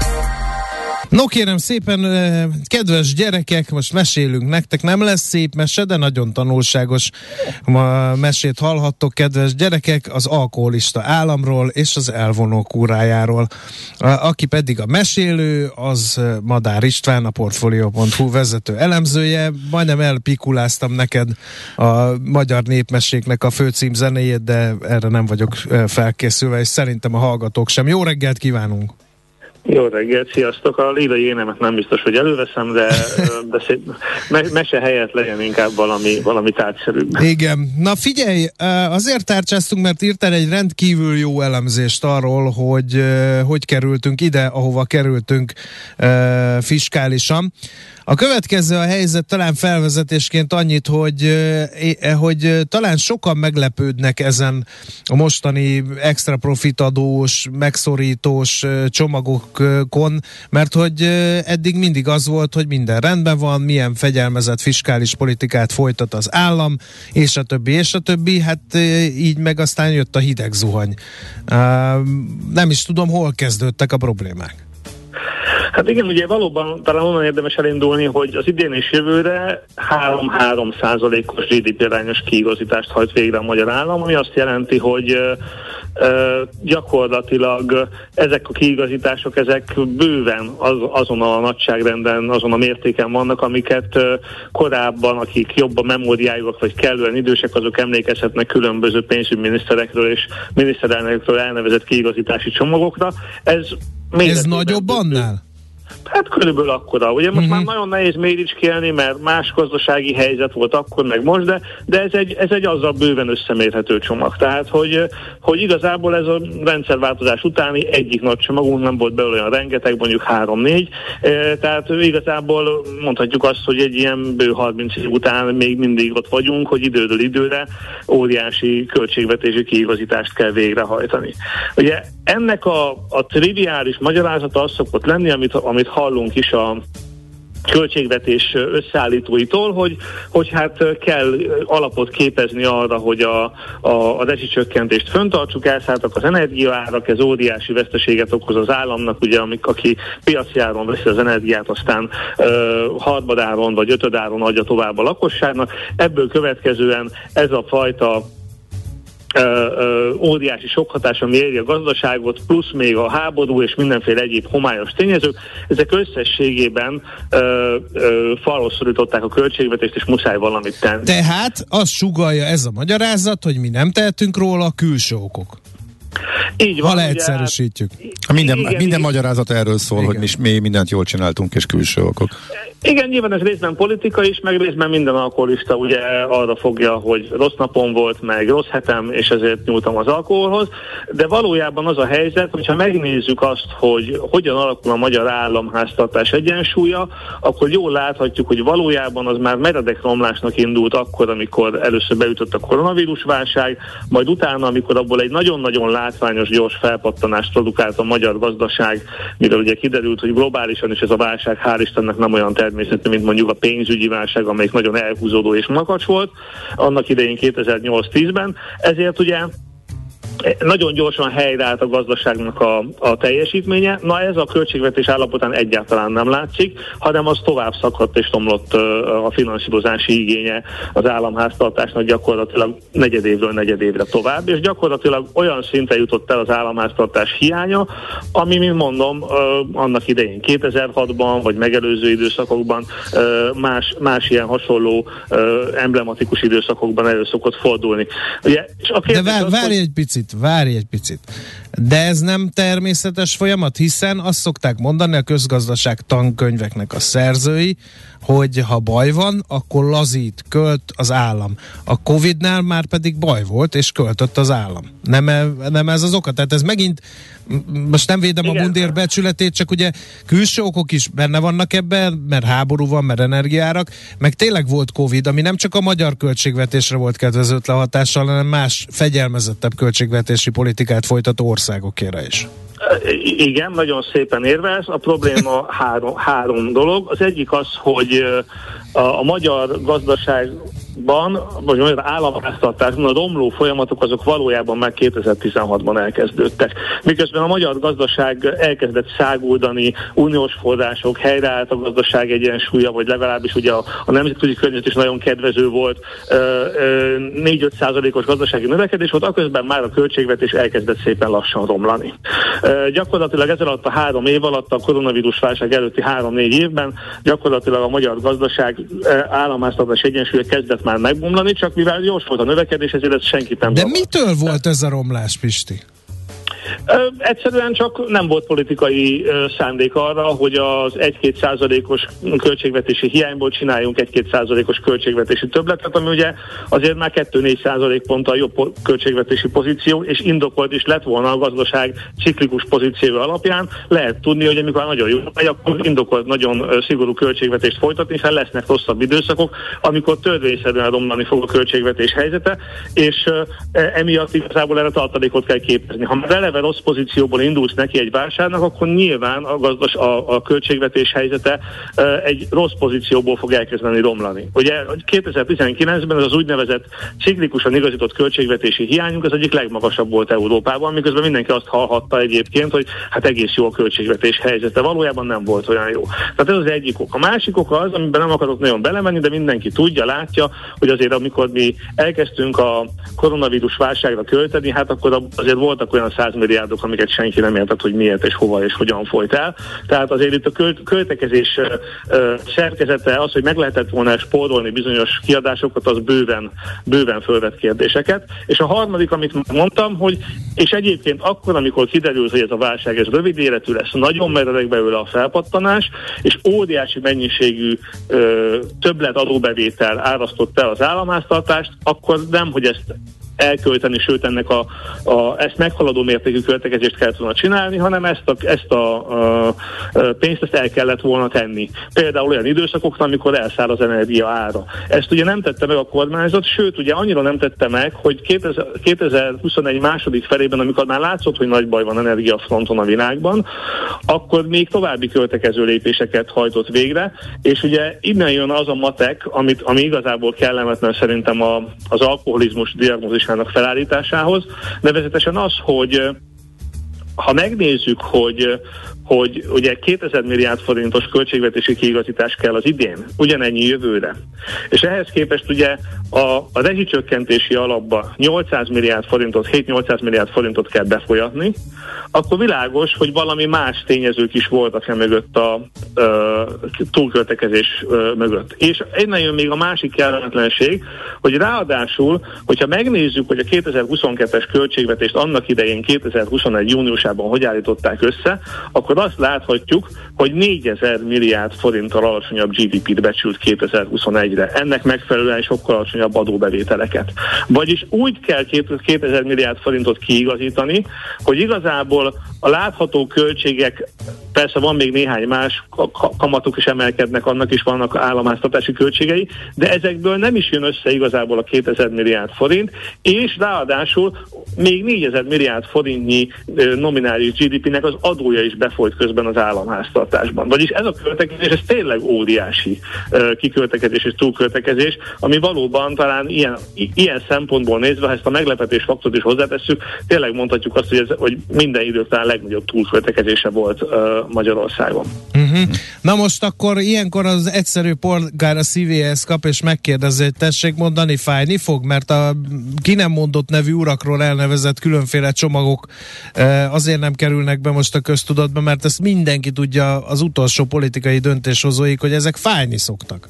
No kérem szépen, kedves gyerekek, most mesélünk nektek, nem lesz szép mese, de nagyon tanulságos mesét hallhattok, kedves gyerekek, az alkoholista államról és az elvonó kúrájáról. Aki pedig a mesélő, az Madár István, a Portfolio pont hu vezető elemzője. Majdnem elpikuláztam neked a magyar népmeséknek a főcím zenéjét, de erre nem vagyok felkészülve, és szerintem a hallgatók sem. Jó reggelt kívánunk! Jó reggelt, sziasztok! A lila énemet nem biztos, hogy előveszem, de, de szép, me- mese helyett legyen inkább valami, valami tárgyszerűbb. Igen. Na figyelj, azért tárcsáztunk, mert írtál egy rendkívül jó elemzést arról, hogy hogy kerültünk ide, ahova kerültünk fiskálisan. A következő a helyzet talán felvezetésként annyit, hogy, hogy talán sokan meglepődnek ezen a mostani extra profitadós, megszorítós csomagok országokon, mert hogy eddig mindig az volt, hogy minden rendben van, milyen fegyelmezett fiskális politikát folytat az állam, és a többi, és a többi, hát így meg aztán jött a hideg zuhany. Nem is tudom, hol kezdődtek a problémák. Hát igen, ugye valóban talán onnan érdemes elindulni, hogy az idén és jövőre három-három százalékos gé dé pé arányos kiigazítást hajt végre a magyar állam, ami azt jelenti, hogy uh, gyakorlatilag ezek a kiigazítások, ezek bőven az, azon a nagyságrenden, azon a mértéken vannak, amiket uh, korábban, akik jobban memóriájuk, vagy kellően idősek, azok emlékezhetnek különböző pénzügyminiszterekről és miniszterelnökről elnevezett kiigazítási csomagokra. Ez Ez nagyobb annál? Hát körülbelül akkora. Ugye most uh-huh. már nagyon nehéz méricskélni, mert más gazdasági helyzet volt akkor, meg most, de, de ez, egy, ez egy azzal bőven összemérhető csomag. Tehát, hogy, hogy igazából ez a rendszerváltozás utáni egyik nagy csomagunk, nem volt belőle olyan rengeteg, mondjuk három-négy. Tehát igazából mondhatjuk azt, hogy egy ilyen bő harminc év után még mindig ott vagyunk, hogy időről időre óriási költségvetési kiigazítást kell végrehajtani. Ugye ennek a, a triviális magyarázata az szokott lenni, amit, amit hallunk is a költségvetés összeállítóitól, hogy, hogy hát kell alapot képezni arra, hogy a, a, a rezsicsökkentést föntartsuk, elszálltak az energiaárak, ez óriási veszteséget okoz az államnak, ugye, amik, aki piaci áron veszi az energiát, aztán ö, harmadáron vagy ötödáron adja tovább a lakosságnak. Ebből következően ez a fajta Ö, ö, óriási sok hatás, ami éri a gazdaságot, plusz még a háború és mindenféle egyéb homályos tényezők, ezek összességében ö, ö, falhoz szorították a költségvetést, és muszáj valamit tenni. Tehát azt sugallja ez a magyarázat, hogy mi nem tehetünk róla, külső okok. Így van, ha leegyszerűsítjük. Minden, igen, minden igen. magyarázat erről szól, igen. hogy mi, mi mindent jól csináltunk, és külső okok. Igen, nyilván ez részben politika is, meg részben minden alkoholista ugye arra fogja, hogy rossz napon volt, meg rossz hetem, és ezért nyúltam az alkoholhoz, de valójában az a helyzet, hogyha megnézzük azt, hogy hogyan alakul a magyar államháztartás egyensúlya, akkor jól láthatjuk, hogy valójában az már meredek romlásnak indult akkor, amikor először beütött a koronavírusválság, majd utána, amikor abból egy nagyon-nagyon látványos, gyors felpattanást produkált a magyar gazdaság, mivel ugye kiderült, hogy globálisan is ez a válság, hál' Istennek nem olyan természetű, mint mondjuk a pénzügyi válság, amelyik nagyon elhúzódó és makacs volt, annak idején kétezer-nyolc-tízben. Ezért ugye nagyon gyorsan helyreállt a gazdaságnak a, a teljesítménye. Na ez a költségvetés állapotán egyáltalán nem látszik, hanem az tovább szakadt és tomlott a finanszírozási igénye az államháztartásnak gyakorlatilag negyedévről negyedévre tovább, és gyakorlatilag olyan szinten jutott el az államháztartás hiánya, ami, mint mondom, annak idején kétezer-hatban, vagy megelőző időszakokban, más, más ilyen hasonló emblematikus időszakokban elő szokott fordulni. Ugye, és a De vár, várj egy picit, várj egy picit. De ez nem természetes folyamat, hiszen azt szokták mondani a közgazdaság tankönyveknek a szerzői, hogy ha baj van, akkor lazít, költ az állam. A Covidnál már pedig baj volt, és költött az állam. Nem, nem ez az oka? Tehát ez megint, most nem védem Igen. a mundér becsületét, csak ugye külső okok is benne vannak ebben, mert háború van, mert energiárak, meg tényleg volt Covid, ami nem csak a magyar költségvetésre volt kedvezőtlen hatással, hanem más fegyelmezettebb költségvetési politikát folytató országokére is. Igen, nagyon szépen érvelsz. A probléma három, három dolog. Az egyik az, hogy a, a magyar gazdaságban, vagy a magyar államháztartásban a romló folyamatok azok valójában már kétezer-tizenhatban elkezdődtek. Miközben a magyar gazdaság elkezdett száguldani, uniós források, helyreállt a gazdaság egyensúlya, vagy legalábbis ugye a, a nemzetközi környezet is nagyon kedvező volt, négy-öt százalékos gazdasági növekedés volt, aközben már a költségvetés elkezdett szépen lassan romlani. Uh, gyakorlatilag ez alatt a három év alatt, a koronavírus válság előtti három-négy évben gyakorlatilag a magyar gazdaság uh, államháztartás egyensúlya kezdett már megbomlani, csak mivel gyors volt a növekedés, ezért ez senkit nem De zavart. mitől volt ez a romlás, Pisti? Ö, egyszerűen csak nem volt politikai ö, szándék arra, hogy az egy-két százalékos költségvetési hiányból csináljunk egy-két százalékos költségvetési többletet, ami ugye azért már kettő-négy százalékponttal jobb költségvetési pozíció, és indokolt is lett volna a gazdaság ciklikus pozíció alapján. Lehet tudni, hogy amikor nagyon jó megy, akkor indokolt nagyon ö, szigorú költségvetést folytatni, hiszen lesznek rosszabb időszakok, amikor törvényszerűen romlani fog a költségvetés helyzete, és ö, emiatt igazából erre tartalékot kell képezni. Ha eleve rossz rossz pozícióból indulsz neki egy válságnak, akkor nyilván a, gazdas, a, a költségvetés helyzete egy rossz pozícióból fog elkezdeni romlani. Ugye kétezer-tizenkilencben ez az úgynevezett ciklikusan igazított költségvetési hiányunk az egyik legmagasabb volt Európában, miközben mindenki azt hallhatta egyébként, hogy hát egész jó a költségvetés helyzete. Valójában nem volt olyan jó. Tehát ez az egyik ok. A másik ok az, amiben nem akarok nagyon belemenni, de mindenki tudja, látja, hogy azért amikor mi elkezdtünk a koronavírus válságra költeni, hát akkor azért voltak olyan száz milliárdok, amiket senki nem értett, hogy miért és hova és hogyan folyt el. Tehát azért itt a költ- költekezés ö, ö, szerkezete, az, hogy meg lehetett volna spórolni bizonyos kiadásokat, az bőven, bőven fölvett kérdéseket. És a harmadik, amit mondtam, hogy és egyébként akkor, amikor kiderült, hogy ez a válság ez rövid életű lesz, nagyon meredek belőle a felpattanás, és óriási mennyiségű ö, többlet adóbevétel árasztott el az államháztartást, akkor nem, hogy ezt elkölteni, sőt ennek a, a ezt meghaladó mértékű költekezést kellett volna csinálni, hanem ezt a, ezt a, a, a pénzt ezt el kellett volna tenni. Például olyan időszakokban, amikor elszáll az energia ára. Ezt ugye nem tette meg a kormányzat, sőt ugye annyira nem tette meg, hogy kétezer-huszonegy második felében, amikor már látszott, hogy nagy baj van energiafronton a világban, akkor még további költekező lépéseket hajtott végre, és ugye innen jön az a matek, amit, ami igazából kellemetlen szerintem a, az alkoholizmus diagnózis felállításához, nevezetesen az, hogy ha megnézzük, hogy, hogy ugye kétezer milliárd forintos költségvetési kiigazítás kell az idén, ugyanennyi jövőre, és ehhez képest ugye a, a rezsicsökkentési alapba nyolcszáz milliárd forintot, hét-nyolcszáz milliárd forintot kell befolyatni, akkor világos, hogy valami más tényezők is voltak e mögött a ö, túlköltekezés ö, mögött. És innen jön még a másik kellemetlenség, hogy ráadásul, hogyha megnézzük, hogy a kétezer-huszonkettes költségvetést annak idején kétezer-huszonegy júniusában hogy állították össze, akkor azt láthatjuk, hogy négyezer milliárd forinttal alacsonyabb gé dé pét becsült kétezer-huszonegyre. Ennek megfelelően sokkal alacsonyabb adóbevételeket. Vagyis úgy kell kétezer milliárd forintot kiigazítani, hogy igazából a látható költségek, persze van még néhány más, kamatok is emelkednek, annak is vannak államháztartási költségei, de ezekből nem is jön össze igazából a kétezer milliárd forint, és ráadásul még négyezer milliárd forintnyi nominális gé dé pének az adója is befolyt közben az államháztartásban. Vagyis ez a költekezés, ez tényleg óriási kiköltekezés és túlköltekezés, ami valóban talán ilyen, ilyen szempontból nézve, ha ezt a meglepetés faktort is hozzátesszük, tényleg mondhatjuk azt, hogy, ez, hogy minden idők talán legnagyobb túlköltekezése volt uh, Magyarországon. Uh-huh. Na most akkor ilyenkor az egyszerű polgár a szívéhez kap és megkérdezi, hogy tessék mondani, fájni fog, mert a ki nem mondott nevű urakról elnevezett különféle csomagok uh, azért nem kerülnek be most a köztudatba, mert ezt mindenki tudja, az utolsó politikai döntéshozóik, hogy ezek fájni szoktak.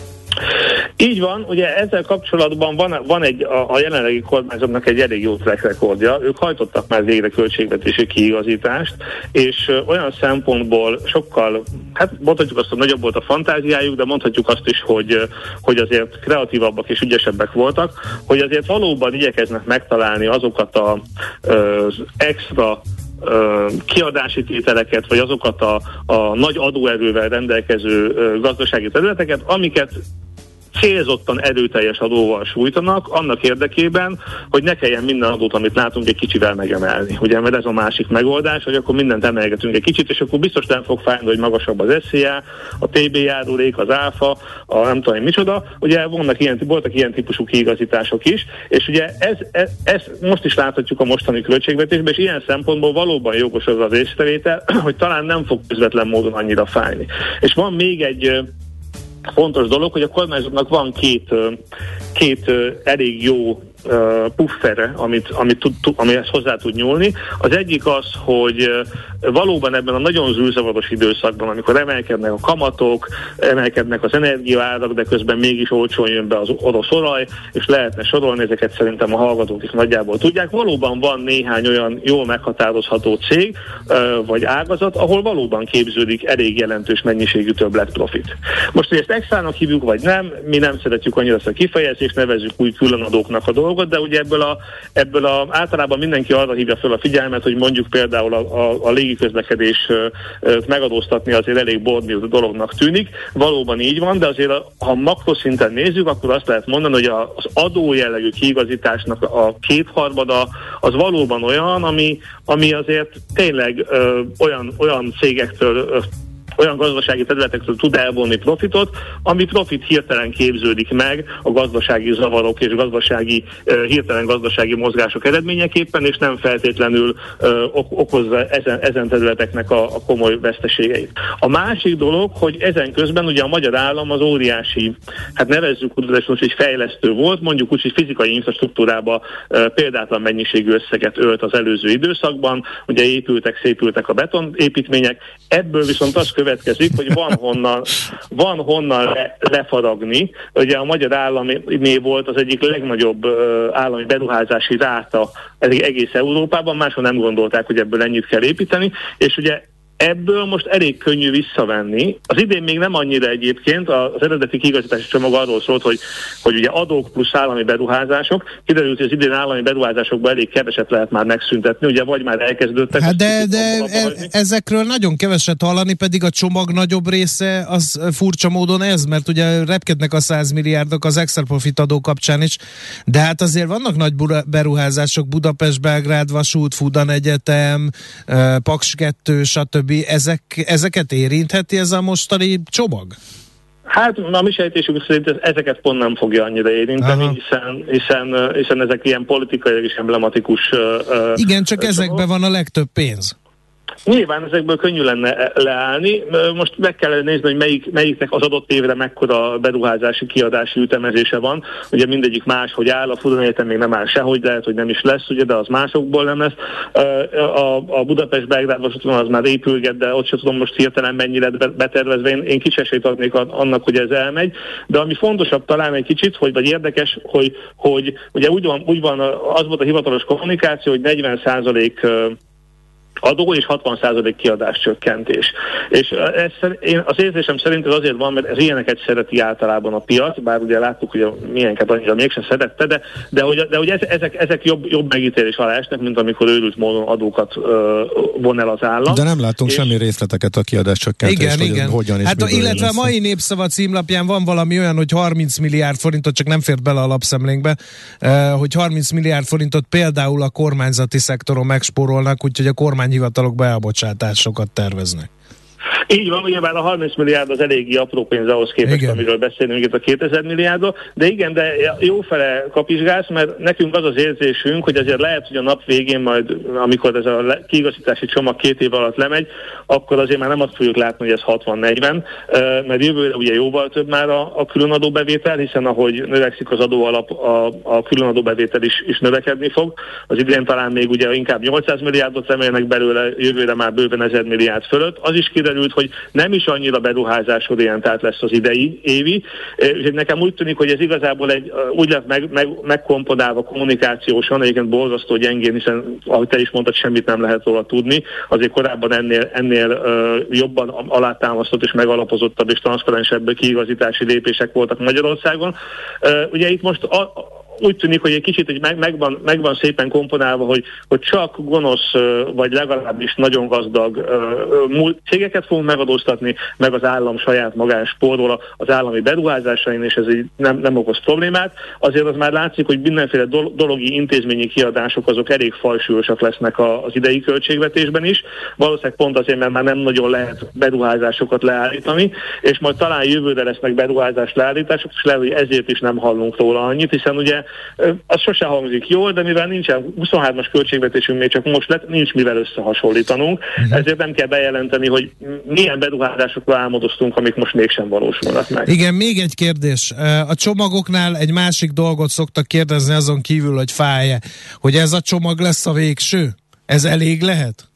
Így van, ugye ezzel kapcsolatban van, van egy, a, a jelenlegi kormányzatnak egy elég jó track rekordja, ők hajtottak már végre költségvetési kiigazítást, és ö, olyan szempontból sokkal, hát mondhatjuk azt, hogy nagyobb volt a fantáziájuk, de mondhatjuk azt is, hogy, hogy azért kreatívabbak és ügyesebbek voltak, hogy azért valóban igyekeznek megtalálni azokat a, az extra kiadási tételeket, vagy azokat a, a nagy adóerővel rendelkező gazdasági területeket, amiket célzottan erőteljes adóval sújtanak, annak érdekében, hogy ne kelljen minden adót, amit látunk, egy kicsivel megemelni. Ugye, mert ez a másik megoldás, hogy akkor mindent emelgetünk egy kicsit, és akkor biztos nem fog fájni, hogy magasabb az es zé á, a té bé járulék, az áfa, a nem tudom micsoda. Ugye vannak ilyen, voltak ilyen típusú kiigazítások is, és ugye ez, ez, ez most is láthatjuk a mostani költségvetésben, és ilyen szempontból valóban jogos az az észrevétel, hogy talán nem fog közvetlen módon annyira fájni. És van még egy fontos dolog, hogy a kormányzatnak van két, két elég jó uh, puffere, amit, amit tud, tud, amihez hozzá tud nyúlni. Az egyik az, hogy uh, valóban ebben a nagyon zűrzavaros időszakban, amikor emelkednek a kamatok, emelkednek az energiaárak, de közben mégis olcsón jön be az orosz olaj, és lehetne sorolni, ezeket szerintem a hallgatók is nagyjából tudják. Valóban van néhány olyan jól meghatározható cég, uh, vagy ágazat, ahol valóban képződik elég jelentős mennyiségű többletprofit. Most, hogy ezt extrának hívjuk, vagy nem, mi nem szeretjük annyira ezt a kifejezést, nevezzük új különadóknak a dolgot, de ugye ebből a, ebből a általában mindenki arra hívja fel a figyelmet, hogy mondjuk például a, a, a légi légiközlekedés megadóztatni azért elég bornyú dolognak tűnik. Valóban így van, de azért ha makroszinten nézzük, akkor azt lehet mondani, hogy az adójellegű kiigazításnak a kétharmada az valóban olyan, ami, ami azért tényleg ö, olyan, olyan cégektől ö, olyan gazdasági területekről tud elvonni profitot, ami profit hirtelen képződik meg a gazdasági zavarok és gazdasági, uh, hirtelen gazdasági mozgások eredményeképpen, és nem feltétlenül uh, okozza ezen, ezen területeknek a, a komoly veszteségeit. A másik dolog, hogy ezen közben ugye a magyar állam az óriási, hát nevezzük úgy, hogy fejlesztő volt, mondjuk úgy, hogy fizikai infrastruktúrába uh, példátlan mennyiségű összeget ölt az előző időszakban, ugye épültek, szépültek a betonépítmények, ebből viszont az következik, hogy van honnan, van honnan le, lefaragni. Ugye a magyar államé volt az egyik legnagyobb uh, állami beruházási ráta egész Európában, máshol nem gondolták, hogy ebből ennyit kell építeni, és ugye ebből most elég könnyű visszavenni. Az idén még nem annyira egyébként, az eredeti kiigazítási csomag arról szólt, hogy, hogy ugye adók plusz állami beruházások. Kiderült, hogy az idén állami beruházásokban elég keveset lehet már megszüntetni, ugye vagy már elkezdődtek. Hát de, de e- ezekről nagyon keveset hallani, pedig a csomag nagyobb része az furcsa módon ez, mert ugye repkednek a száz milliárdok az extra profit adó kapcsán is, de hát azért vannak nagy beruházások, Budapest, Belgrád, vasút, Fudan Egyetem, Paks kettő, stb. Ezek, ezeket érintheti ez a mostani csomag? Hát a mi sejtésünk szerint ezeket pont nem fogja annyira érinteni, hiszen, hiszen, hiszen ezek ilyen politikai és emblematikus... Igen, csak uh, ezekben van a legtöbb pénz. Nyilván ezekből könnyű lenne leállni. Most meg kell nézni, hogy melyik, melyiknek az adott évre mekkora beruházási kiadási ütemezése van. Ugye mindegyik más, hogy áll, a Fudan Egyetem még nem áll sehogy, lehet, hogy nem is lesz, ugye, de az másokból nem lesz. A, a Budapest-Belgrád vasútvonal az már épülget, de ott sem tudom most hirtelen mennyire betervezve. Én, én kis esélyt adnék annak, hogy ez elmegy. De ami fontosabb talán egy kicsit, hogy, vagy érdekes, hogy, hogy ugye úgy van, úgy van, az volt a hivatalos kommunikáció, hogy negyven százalék adó és hatvan százalék kiadás csökkentés. És ez, én, az érzésem szerint ez azért van, mert ez ilyeneket szereti általában a piac, bár ugye láttuk, hogy a milyenket annyira mégsem szerette, de, de hogy, de hogy ezek, ezek jobb, jobb megítélés alá esnek, mint amikor őrült módon adókat uh, von el az állam. De nem látunk és semmi részleteket a kiadás csökkentésről. Igen, igen. Hogyan és hát a, illetve a mai Népszava címlapján van valami olyan, hogy harminc milliárd forintot, csak nem fért bele a lapszemlénkbe, uh, hogy harminc milliárd forintot például a kormányzati szektoron megspórolnak, úgyhogy a kormányhivatalok beelbocsátásokat terveznek. Így van, ugye már a harminc milliárd az eléggé apró pénz ahhoz képest, igen, amiről beszélünk itt a kétezer milliárdról, de igen, de jófele kapizsgálsz, mert nekünk az az érzésünk, hogy azért lehet, hogy a nap végén majd, amikor ez a kiigazítási csomag két év alatt lemegy, akkor azért már nem azt fogjuk látni, hogy ez hatvan negyven, mert jövőre ugye jóval több már a, a különadóbevétel, hiszen ahogy növekszik az adóalap, a, a különadóbevétel is, is növekedni fog. Az idén talán még ugye inkább nyolcszáz milliárdot remélnek belőle, jövőre már bőven ezer milliárd fölött. Az is kiderült, hogy nem is annyira beruházásorientált lesz az idei évi. És nekem úgy tűnik, hogy ez igazából egy, úgy lett meg, meg, megkomponálva kommunikációsan, egyébként borzasztó gyengén, hiszen ahogy te is mondtad, semmit nem lehet róla tudni. Azért korábban ennél, ennél uh, jobban alátámasztott és megalapozottabb és transzparensebb kiigazítási lépések voltak Magyarországon. Uh, ugye itt most a, úgy tűnik, hogy egy kicsit egy meg, meg, van, meg van szépen komponálva, hogy, hogy csak gonosz, vagy legalábbis nagyon gazdag uh, cégeket fogunk megadóztatni, meg az állam saját magán spórol az állami beruházásain, és ez így nem, nem okoz problémát. Azért az már látszik, hogy mindenféle dologi intézményi kiadások azok elég fajsúlyosak lesznek az idei költségvetésben is. Valószínűleg pont azért, mert már nem nagyon lehet beruházásokat leállítani, és majd talán jövőre lesznek beruházás leállítások, és lehet, hogy ezért is nem hallunk róla annyit, hiszen ugye az sose hangzik jól, de mivel nincsen huszonhármas költségvetésünk, még csak most lett, nincs mivel összehasonlítanunk, uh-huh. ezért nem kell bejelenteni, hogy milyen beruházásokra álmodoztunk, amik most mégsem valósulnak meg. Igen, még egy kérdés. A csomagoknál egy másik dolgot szoktak kérdezni azon kívül, hogy fáj-e, hogy ez a csomag lesz a végső? Ez elég lehet?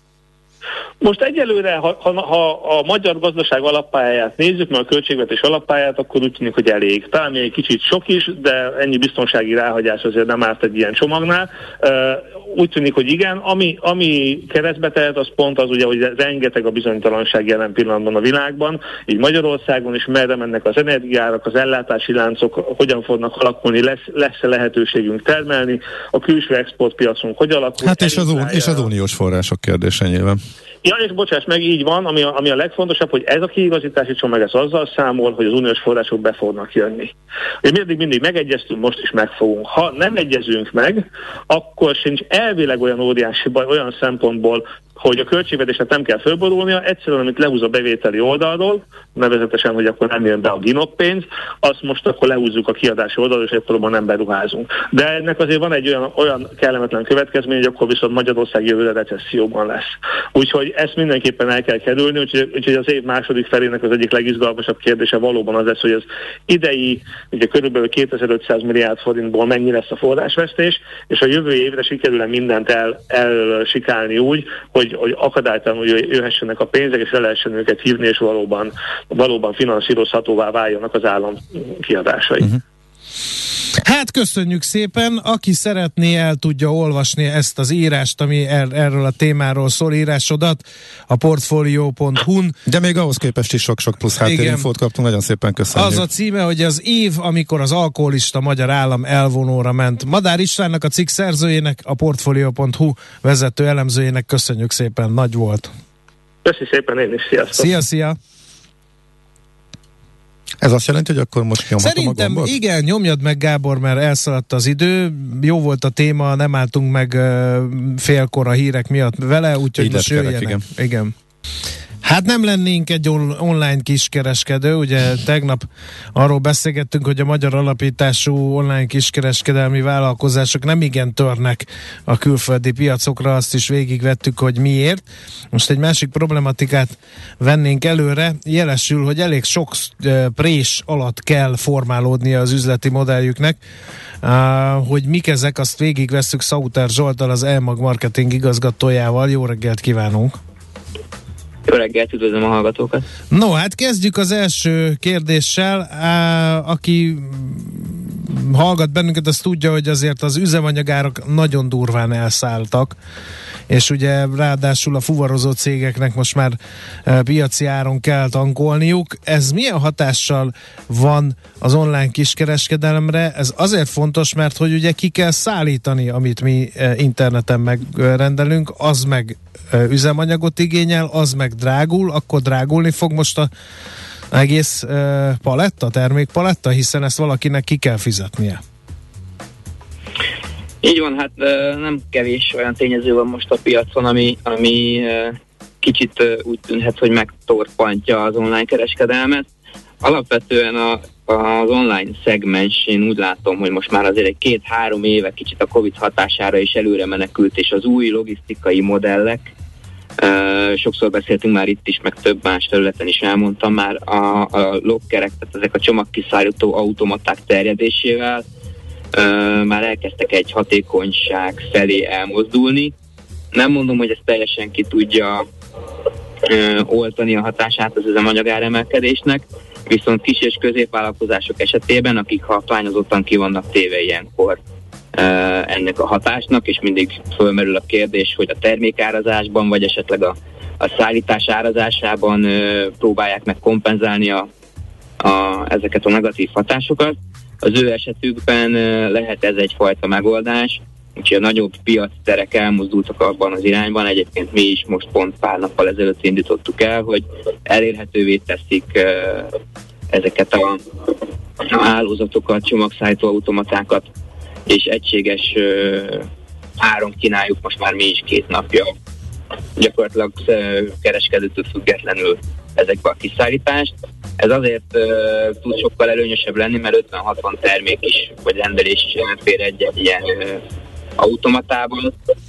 Most egyelőre, ha, ha, ha a magyar gazdaság alappályáját nézzük, mert a költségvetés alappályát, akkor úgy tűnik, hogy elég. Talán még egy kicsit sok is, de ennyi biztonsági ráhagyás azért nem árt egy ilyen csomagnál. úgy tűnik, hogy igen. Ami, ami keresztbe tehet, az pont az ugye, hogy rengeteg a bizonytalanság jelen pillanatban a világban, így Magyarországon is, merre mennek az energiárak, az ellátási láncok, hogyan fognak alakulni, lesz, lesz-e lehetőségünk termelni, a külső exportpiacunk hogy alakul. Hát és az, un, és az uniós források kérdése nyilván. Ja, és bocsáss meg, így van, ami a, ami a legfontosabb, hogy ez a kiigazítási csomag ez azzal számol, hogy az uniós források be fognak jönni. Ugye mindig, mindig megegyeztünk, most is meg fogunk. Ha nem egyezünk meg, akkor sincs elvileg olyan óriási baj, olyan szempontból, hogy a költségvetésnek nem kell fölborulnia, egyszerűen, amit lehúz a bevételi oldalról, nevezetesen, hogy akkor nem jön be a ginok pénz, azt most akkor lehúzzuk a kiadási oldalról, és egyszerűen nem beruházunk. De ennek azért van egy olyan, olyan kellemetlen következmény, hogy akkor viszont Magyarország jövőre recesszióban lesz. Úgyhogy ezt mindenképpen el kell kerülni, úgyhogy, úgyhogy az év második felének az egyik legizgalmasabb kérdése valóban az lesz, hogy az idei, ugye körülbelül kétezer-ötszáz milliárd forintból mennyi lesz a forrásvesztés, és a jövő évre sikerül-e mindent el, elsikálni úgy, hogy hogy akadálytalanul jöhessenek a pénzek, és le lehessen őket hívni, és valóban, valóban finanszírozhatóvá váljanak az állam kiadásai. Uh-huh. Hát köszönjük szépen, aki szeretné, el tudja olvasni ezt az írást, ami er, erről a témáról szól, írásodat a portfolio pont hu-n. De még ahhoz képest is sok-sok plusz háttérinfót kaptunk, nagyon szépen köszönjük. Az a címe, hogy az év, amikor az alkoholista magyar állam elvonóra ment. Madár Istvánnak, a cikk szerzőjének, a portfolio pont hu vezető elemzőjének köszönjük szépen, nagy volt. Köszi szépen, én is, sziasztok! Szia, szia! Ez azt jelenti, hogy akkor most nyomhatom Szerintem a gombot? Igen, nyomjad meg, Gábor, mert elszaladt az idő. Jó volt a téma, nem álltunk meg uh, félkor a hírek miatt vele, úgyhogy most jöjjenek. Igen. igen. Hát nem lennénk egy on- online kiskereskedő, ugye tegnap arról beszélgettünk, hogy a magyar alapítású online kiskereskedelmi vállalkozások nem igen törnek a külföldi piacokra, azt is végigvettük, hogy miért. Most egy másik problematikát vennénk előre, jelesül, hogy elég sok uh, prés alatt kell formálódnia az üzleti modelljüknek, uh, hogy mik ezek, azt végigvesszük Sauter Zsolttal, az Elmag marketing igazgatójával. Jó reggelt kívánunk! Jó reggelt, üdvözlöm a hallgatókat! No, hát kezdjük az első kérdéssel. Á, aki hallgat bennünket, az tudja, hogy azért az üzemanyagárak nagyon durván elszálltak, és ugye ráadásul a fuvarozó cégeknek most már e, piaci áron kell tankolniuk. Ez milyen hatással van az online kiskereskedelemre? Ez azért fontos, mert hogy ugye ki kell szállítani, amit mi e, interneten megrendelünk, az meg e, üzemanyagot igényel, az meg drágul, akkor drágulni fog most a egész e, paletta, termékpaletta, hiszen ezt valakinek ki kell fizetnie. Így van, hát nem kevés olyan tényező van most a piacon, ami, ami kicsit úgy tűnhet, hogy megtorpantja az online kereskedelmet. Alapvetően a, az online szegmens, én úgy látom, hogy most már azért egy két-három éve kicsit a Covid hatására is előre menekült, és az új logisztikai modellek, sokszor beszéltünk már itt is, meg több más területen is elmondtam már, a, a lokkerek, tehát ezek a csomagkiszállító automaták terjedésével Uh, már elkezdtek egy hatékonyság felé elmozdulni. Nem mondom, hogy ez teljesen ki tudja uh, oltani a hatását az üzemanyagár emelkedésnek, viszont kis és középvállalkozások esetében, akik hatványozottan ki vannak téve ilyenkor uh, ennek a hatásnak, és mindig fölmerül a kérdés, hogy a termékárazásban, vagy esetleg a, a szállítás árazásában uh, próbálják meg kompenzálni a, a, ezeket a negatív hatásokat. Az ő esetükben lehet ez egyfajta megoldás, úgyhogy a nagyobb piacterek elmozdultak abban az irányban, egyébként mi is most pont pár nappal ezelőtt indítottuk el, hogy elérhetővé teszik ezeket a hálózatokat, csomagszállító automatákat, és egységes áron kínáljuk most már mi is két napja, gyakorlatilag kereskedőtől függetlenül ezekbe a kiszállítást. Ez azért uh, tud sokkal előnyösebb lenni, mert ötven-hatvan termék is, vagy rendelés is elfér egy-egy ilyen uh, automatában.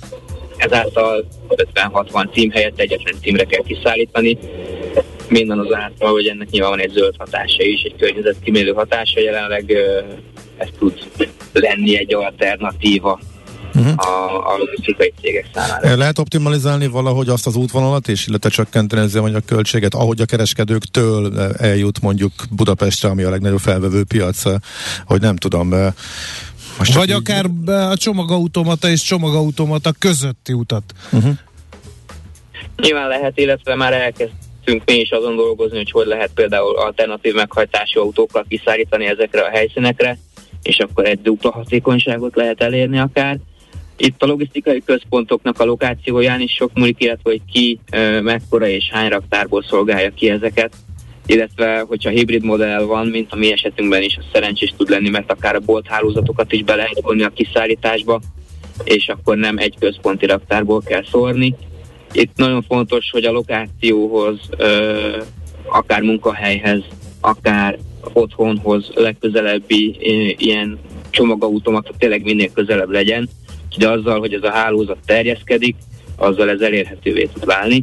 Ezáltal ötven-hatvan cím helyett egyetlen címre kell kiszállítani. Minden azáltal, hogy ennek nyilván van egy zöld hatása is, egy környezetkímélő hatása, jelenleg uh, ez tud lenni egy alternatíva Uh-huh. a, a logisztikai cégek számára. Lehet optimalizálni valahogy azt az útvonalat, és illetve csökkenteni az a költséget, ahogy a kereskedőktől eljut mondjuk Budapestre, ami a legnagyobb felvevő piac, hogy nem tudom, Vagy akár így... a csomagautomata és csomagautomata közötti utat. Uh-huh. Nyilván lehet, illetve már elkezdtünk mi is azon dolgozni, hogy hogy lehet például alternatív meghajtású autókkal kiszállítani ezekre a helyszínekre, és akkor egy dupla hatékonyságot lehet elérni akár. Itt a logisztikai központoknak a lokációján is sok múlik, illetve hogy ki, mekkora és hány raktárból szolgálja ki ezeket, illetve hogyha hibrid modell van, mint a mi esetünkben is, az szerencsés tud lenni, mert akár a bolthálózatokat is be lehet vonni a kiszállításba, és akkor nem egy központi raktárból kell szórni. Itt nagyon fontos, hogy a lokációhoz, akár munkahelyhez, akár otthonhoz legközelebbi ilyen csomagautomata tényleg minél közelebb legyen, de azzal, hogy ez a hálózat terjeszkedik, azzal ez elérhetővé tud válni,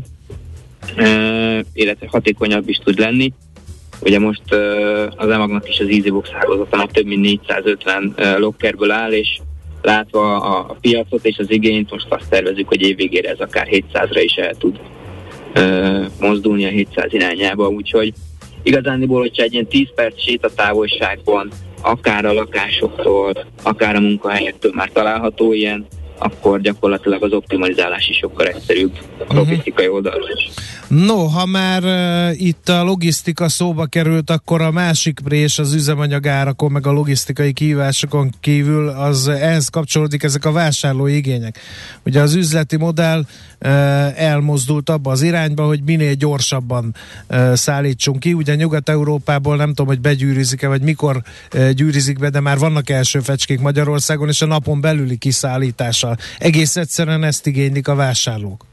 uh, illetve hatékonyabb is tud lenni. Ugye most uh, az e magnak is az EasyBox hálózatának több mint négyszázötven uh, lokkerből áll, és látva a, a piacot és az igényt, most azt tervezzük, hogy évvégére ez akár hétszázra is el tud uh, mozdulni a hétszáz irányába, úgyhogy igazándiból, hogyha egy ilyen tíz perc sétatávolságban akár a lakásoktól, akár a munkahelyektől már található ilyen, akkor gyakorlatilag az optimalizálás is sokkal egyszerűbb a logisztikai oldalról is. No, ha már uh, itt a logisztika szóba került, akkor a másik prés az üzemanyagárakon, meg a logisztikai kihívásokon kívül, az ehhez kapcsolódik ezek a vásárlói igények. Ugye az üzleti modell uh, elmozdult abba az irányba, hogy minél gyorsabban uh, szállítsunk ki. Ugye Nyugat-Európából nem tudom, hogy begyűrűzik-e, vagy mikor uh, gyűrűzik be, de már vannak első fecskék Magyarországon, és a napon belüli kiszállítással. Egész egyszerűen ezt igénylik a vásárlók.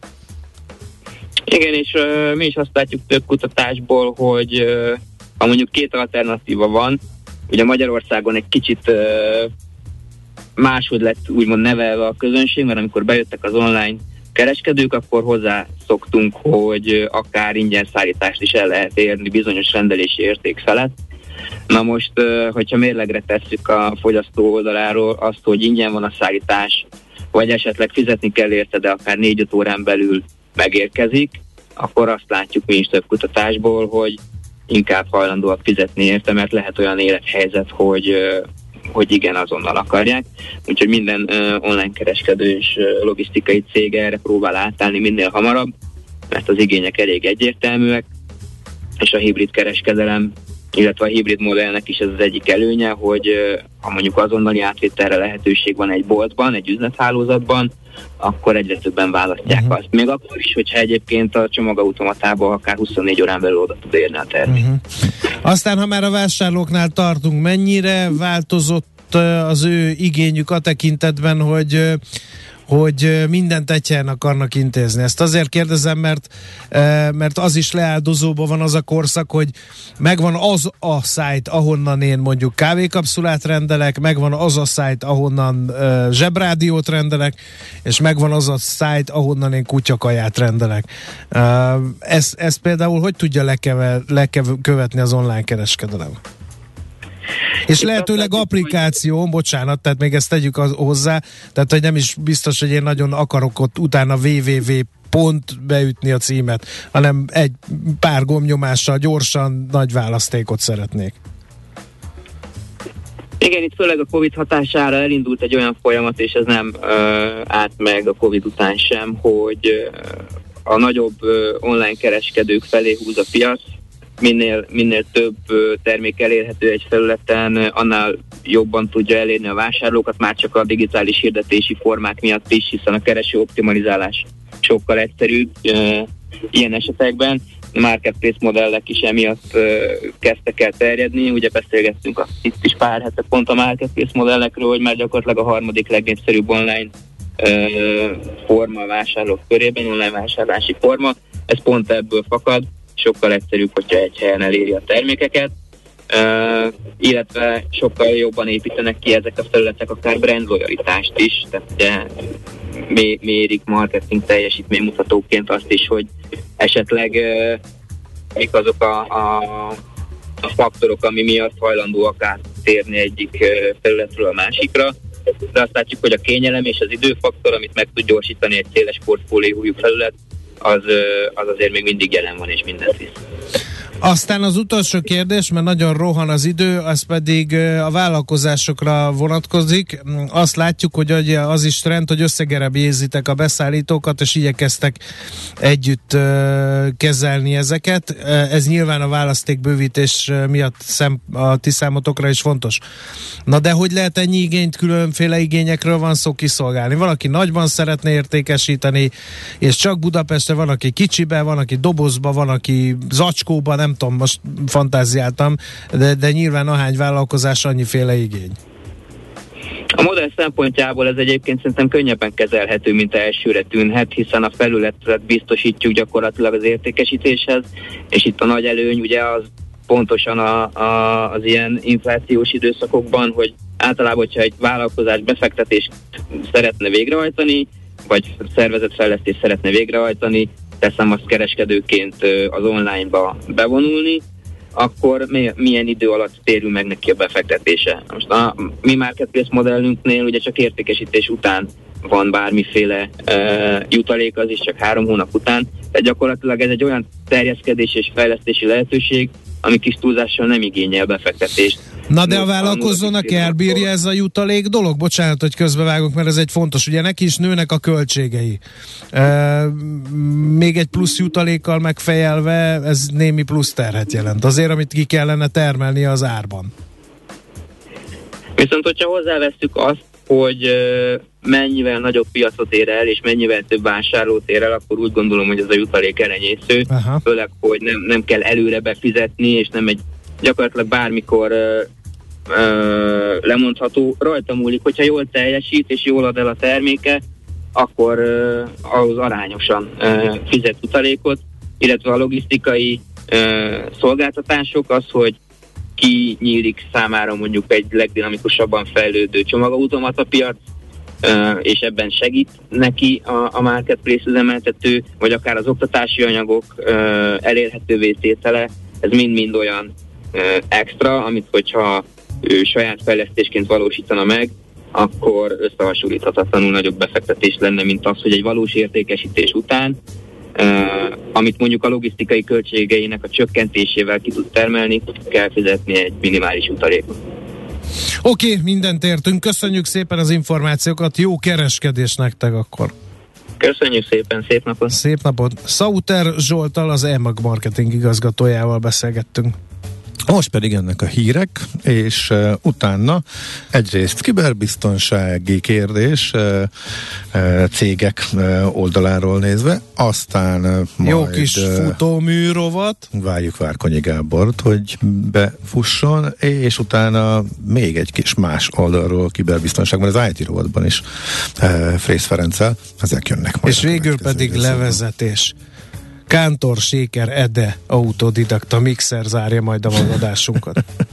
Igen, és uh, mi is azt látjuk több kutatásból, hogy uh, ha mondjuk két alternatíva van, ugye Magyarországon egy kicsit uh, máshogy lett úgymond nevelve a közönség, mert amikor bejöttek az online kereskedők, akkor hozzá szoktunk, hogy uh, akár ingyen szállítást is el lehet érni bizonyos rendelési érték felett. Na most, uh, hogyha mérlegre tesszük a fogyasztó oldaláról azt, hogy ingyen van a szállítás, vagy esetleg fizetni kell érte, de akár négy-öt órán belül megérkezik, akkor azt látjuk mi is több kutatásból, hogy inkább hajlandóak fizetni érte, mert lehet olyan élethelyzet, hogy, hogy igen, azonnal akarják. Úgyhogy minden online kereskedő és logisztikai cég erre próbál átállni minél hamarabb, mert az igények elég egyértelműek, és a hibrid kereskedelem, illetve a hibrid modellnek is ez az egyik előnye, hogy ha mondjuk azonnali átvételre lehetőség van egy boltban, egy üzlethálózatban, akkor egyre többen választják uh-huh. azt. Még akkor is, hogyha egyébként a csomagautomatában akár huszonnégy órán belül oda tud érni a termék. Uh-huh. Aztán, ha már a vásárlóknál tartunk, mennyire változott az ő igényük a tekintetben, hogy hogy mindent egyhelyen akarnak intézni. Ezt azért kérdezem, mert, mert az is leáldozóban van az a korszak, hogy megvan az a szájt, ahonnan én mondjuk kávékapszulát rendelek, megvan az a szájt, ahonnan zsebrádiót rendelek, és megvan az a szájt, ahonnan én kutyakaját rendelek. Ez, ez például hogy tudja lekever, lekövetni az online kereskedelem? És lehetőleg applikáció, bocsánat, tehát még ezt tegyük az, hozzá, tehát hogy nem is biztos, hogy én nagyon akarok ott utána www pont beütni a címet, hanem egy pár gombnyomással gyorsan nagy választékot szeretnék. Igen, itt főleg a Covid hatására elindult egy olyan folyamat, és ez nem uh, állt meg a Covid után sem, hogy uh, a nagyobb uh, online kereskedők felé húz a piac. Minél, minél több termék elérhető egy felületen, annál jobban tudja elérni a vásárlókat, már csak a digitális hirdetési formák miatt is, hiszen a kereső optimalizálás sokkal egyszerűbb ilyen esetekben. A marketplace modellek is emiatt kezdtek el terjedni, ugye beszélgettünk itt is pár hete pont a marketplace modellekről, hogy már gyakorlatilag a harmadik legnépszerűbb online forma a vásárlók körében, online vásárlási forma, ez pont ebből fakad. Sokkal egyszerűbb, hogyha egy helyen eléri a termékeket, uh, illetve sokkal jobban építenek ki ezek a felületek akár brand lojalitást is, tehát ugye mérik marketing teljesítménymutatóként azt is, hogy esetleg uh, mik azok a, a, a faktorok, ami miatt hajlandóak áttérni egyik uh, felületről a másikra, de azt látjuk, hogy a kényelem és az időfaktor, amit meg tud gyorsítani egy széles portfóliójú felület, Az, az azért még mindig jelen van, és mindent visz. Aztán az utolsó kérdés, mert nagyon rohan az idő, az pedig a vállalkozásokra vonatkozik. Azt látjuk, hogy az is trend, hogy összegerebjézitek a beszállítókat, és igyekeztek együtt kezelni ezeket. Ez nyilván a választékbővítés miatt szem, a ti számotokra is fontos. Na de hogy lehet ennyi igényt, különféle igényekről van szó kiszolgálni? Valaki nagyban szeretne értékesíteni, és csak Budapestre, van, aki kicsibe, van, aki dobozba, van, aki zacskóba, nem tudom, most fantáziáltam, de, de nyilván ahány vállalkozás, annyiféle igény. A modell szempontjából ez egyébként szerintem könnyebben kezelhető, mint elsőre tűnhet, hiszen a felületet biztosítjuk gyakorlatilag az értékesítéshez, és itt a nagy előny ugye az pontosan a, a, az ilyen inflációs időszakokban, hogy általában, hogyha egy vállalkozás befektetést szeretne végrehajtani, vagy szervezetfejlesztést szeretne végrehajtani, teszem azt kereskedőként az online-ba bevonulni, akkor milyen idő alatt térül meg neki a befektetése. Most a mi marketplace modellünknél ugye csak értékesítés után van bármiféle uh, jutalék, az is csak három hónap után, de gyakorlatilag ez egy olyan terjeszkedési és fejlesztési lehetőség, ami kis túlzással nem igényel befektetést. Na de a vállalkozónak elbírja ez a jutalék dolog? Bocsánat, hogy közbevágok, mert ez egy fontos. Ugye neki is nőnek a költségei. E, még egy plusz jutalékkal megfejelve, ez némi plusz terhet jelent. Azért, amit ki kellene termelni az árban. Viszont, hogyha hozzávesztük azt, hogy mennyivel nagyobb piacot ér el, és mennyivel több vásárlót ér el, akkor úgy gondolom, hogy ez a jutalék elenyésző. Aha. Főleg, hogy nem, nem kell előre befizetni, és nem egy gyakorlatilag bármikor ö, ö, lemondható. Rajta múlik, hogyha jól teljesít, és jól ad el a terméke, akkor ö, ahhoz arányosan ö, fizet jutalékot, illetve a logisztikai ö, szolgáltatások az, hogy ki nyílik számára mondjuk egy legdinamikusabban fejlődő csomagautomata piac, és ebben segít neki a, a marketplace üzemeltető, vagy akár az oktatási anyagok elérhetővé tétele, ez mind-mind olyan extra, amit hogyha ő saját fejlesztésként valósítana meg, akkor összehasonlíthatatlanul nagyobb befektetés lenne, mint az, hogy egy valós értékesítés után Uh, amit mondjuk a logisztikai költségeinek a csökkentésével ki tud termelni, kell fizetni egy minimális utalékot. Oké, okay, mindent értünk. Köszönjük szépen az információkat. Jó kereskedés nektek akkor. Köszönjük szépen, szép napot. Szép napot. Sauter Zsolttal, az e-mag marketing igazgatójával beszélgettünk. Most pedig ennek a hírek, és uh, utána egyrészt kiberbiztonsági kérdés uh, uh, cégek uh, oldaláról nézve, aztán uh, majd... Jó kis uh, futóműrovat. Várjuk Várkonyi Gábort, hogy befusson, és utána még egy kis más oldalról kiberbiztonságban, az i té rovatban is uh, Frész Ferenccel, ezek jönnek majd. És végül pedig részben levezetés. Kántor Séker Ede autodidakta mixer zárja majd a magadásunkat.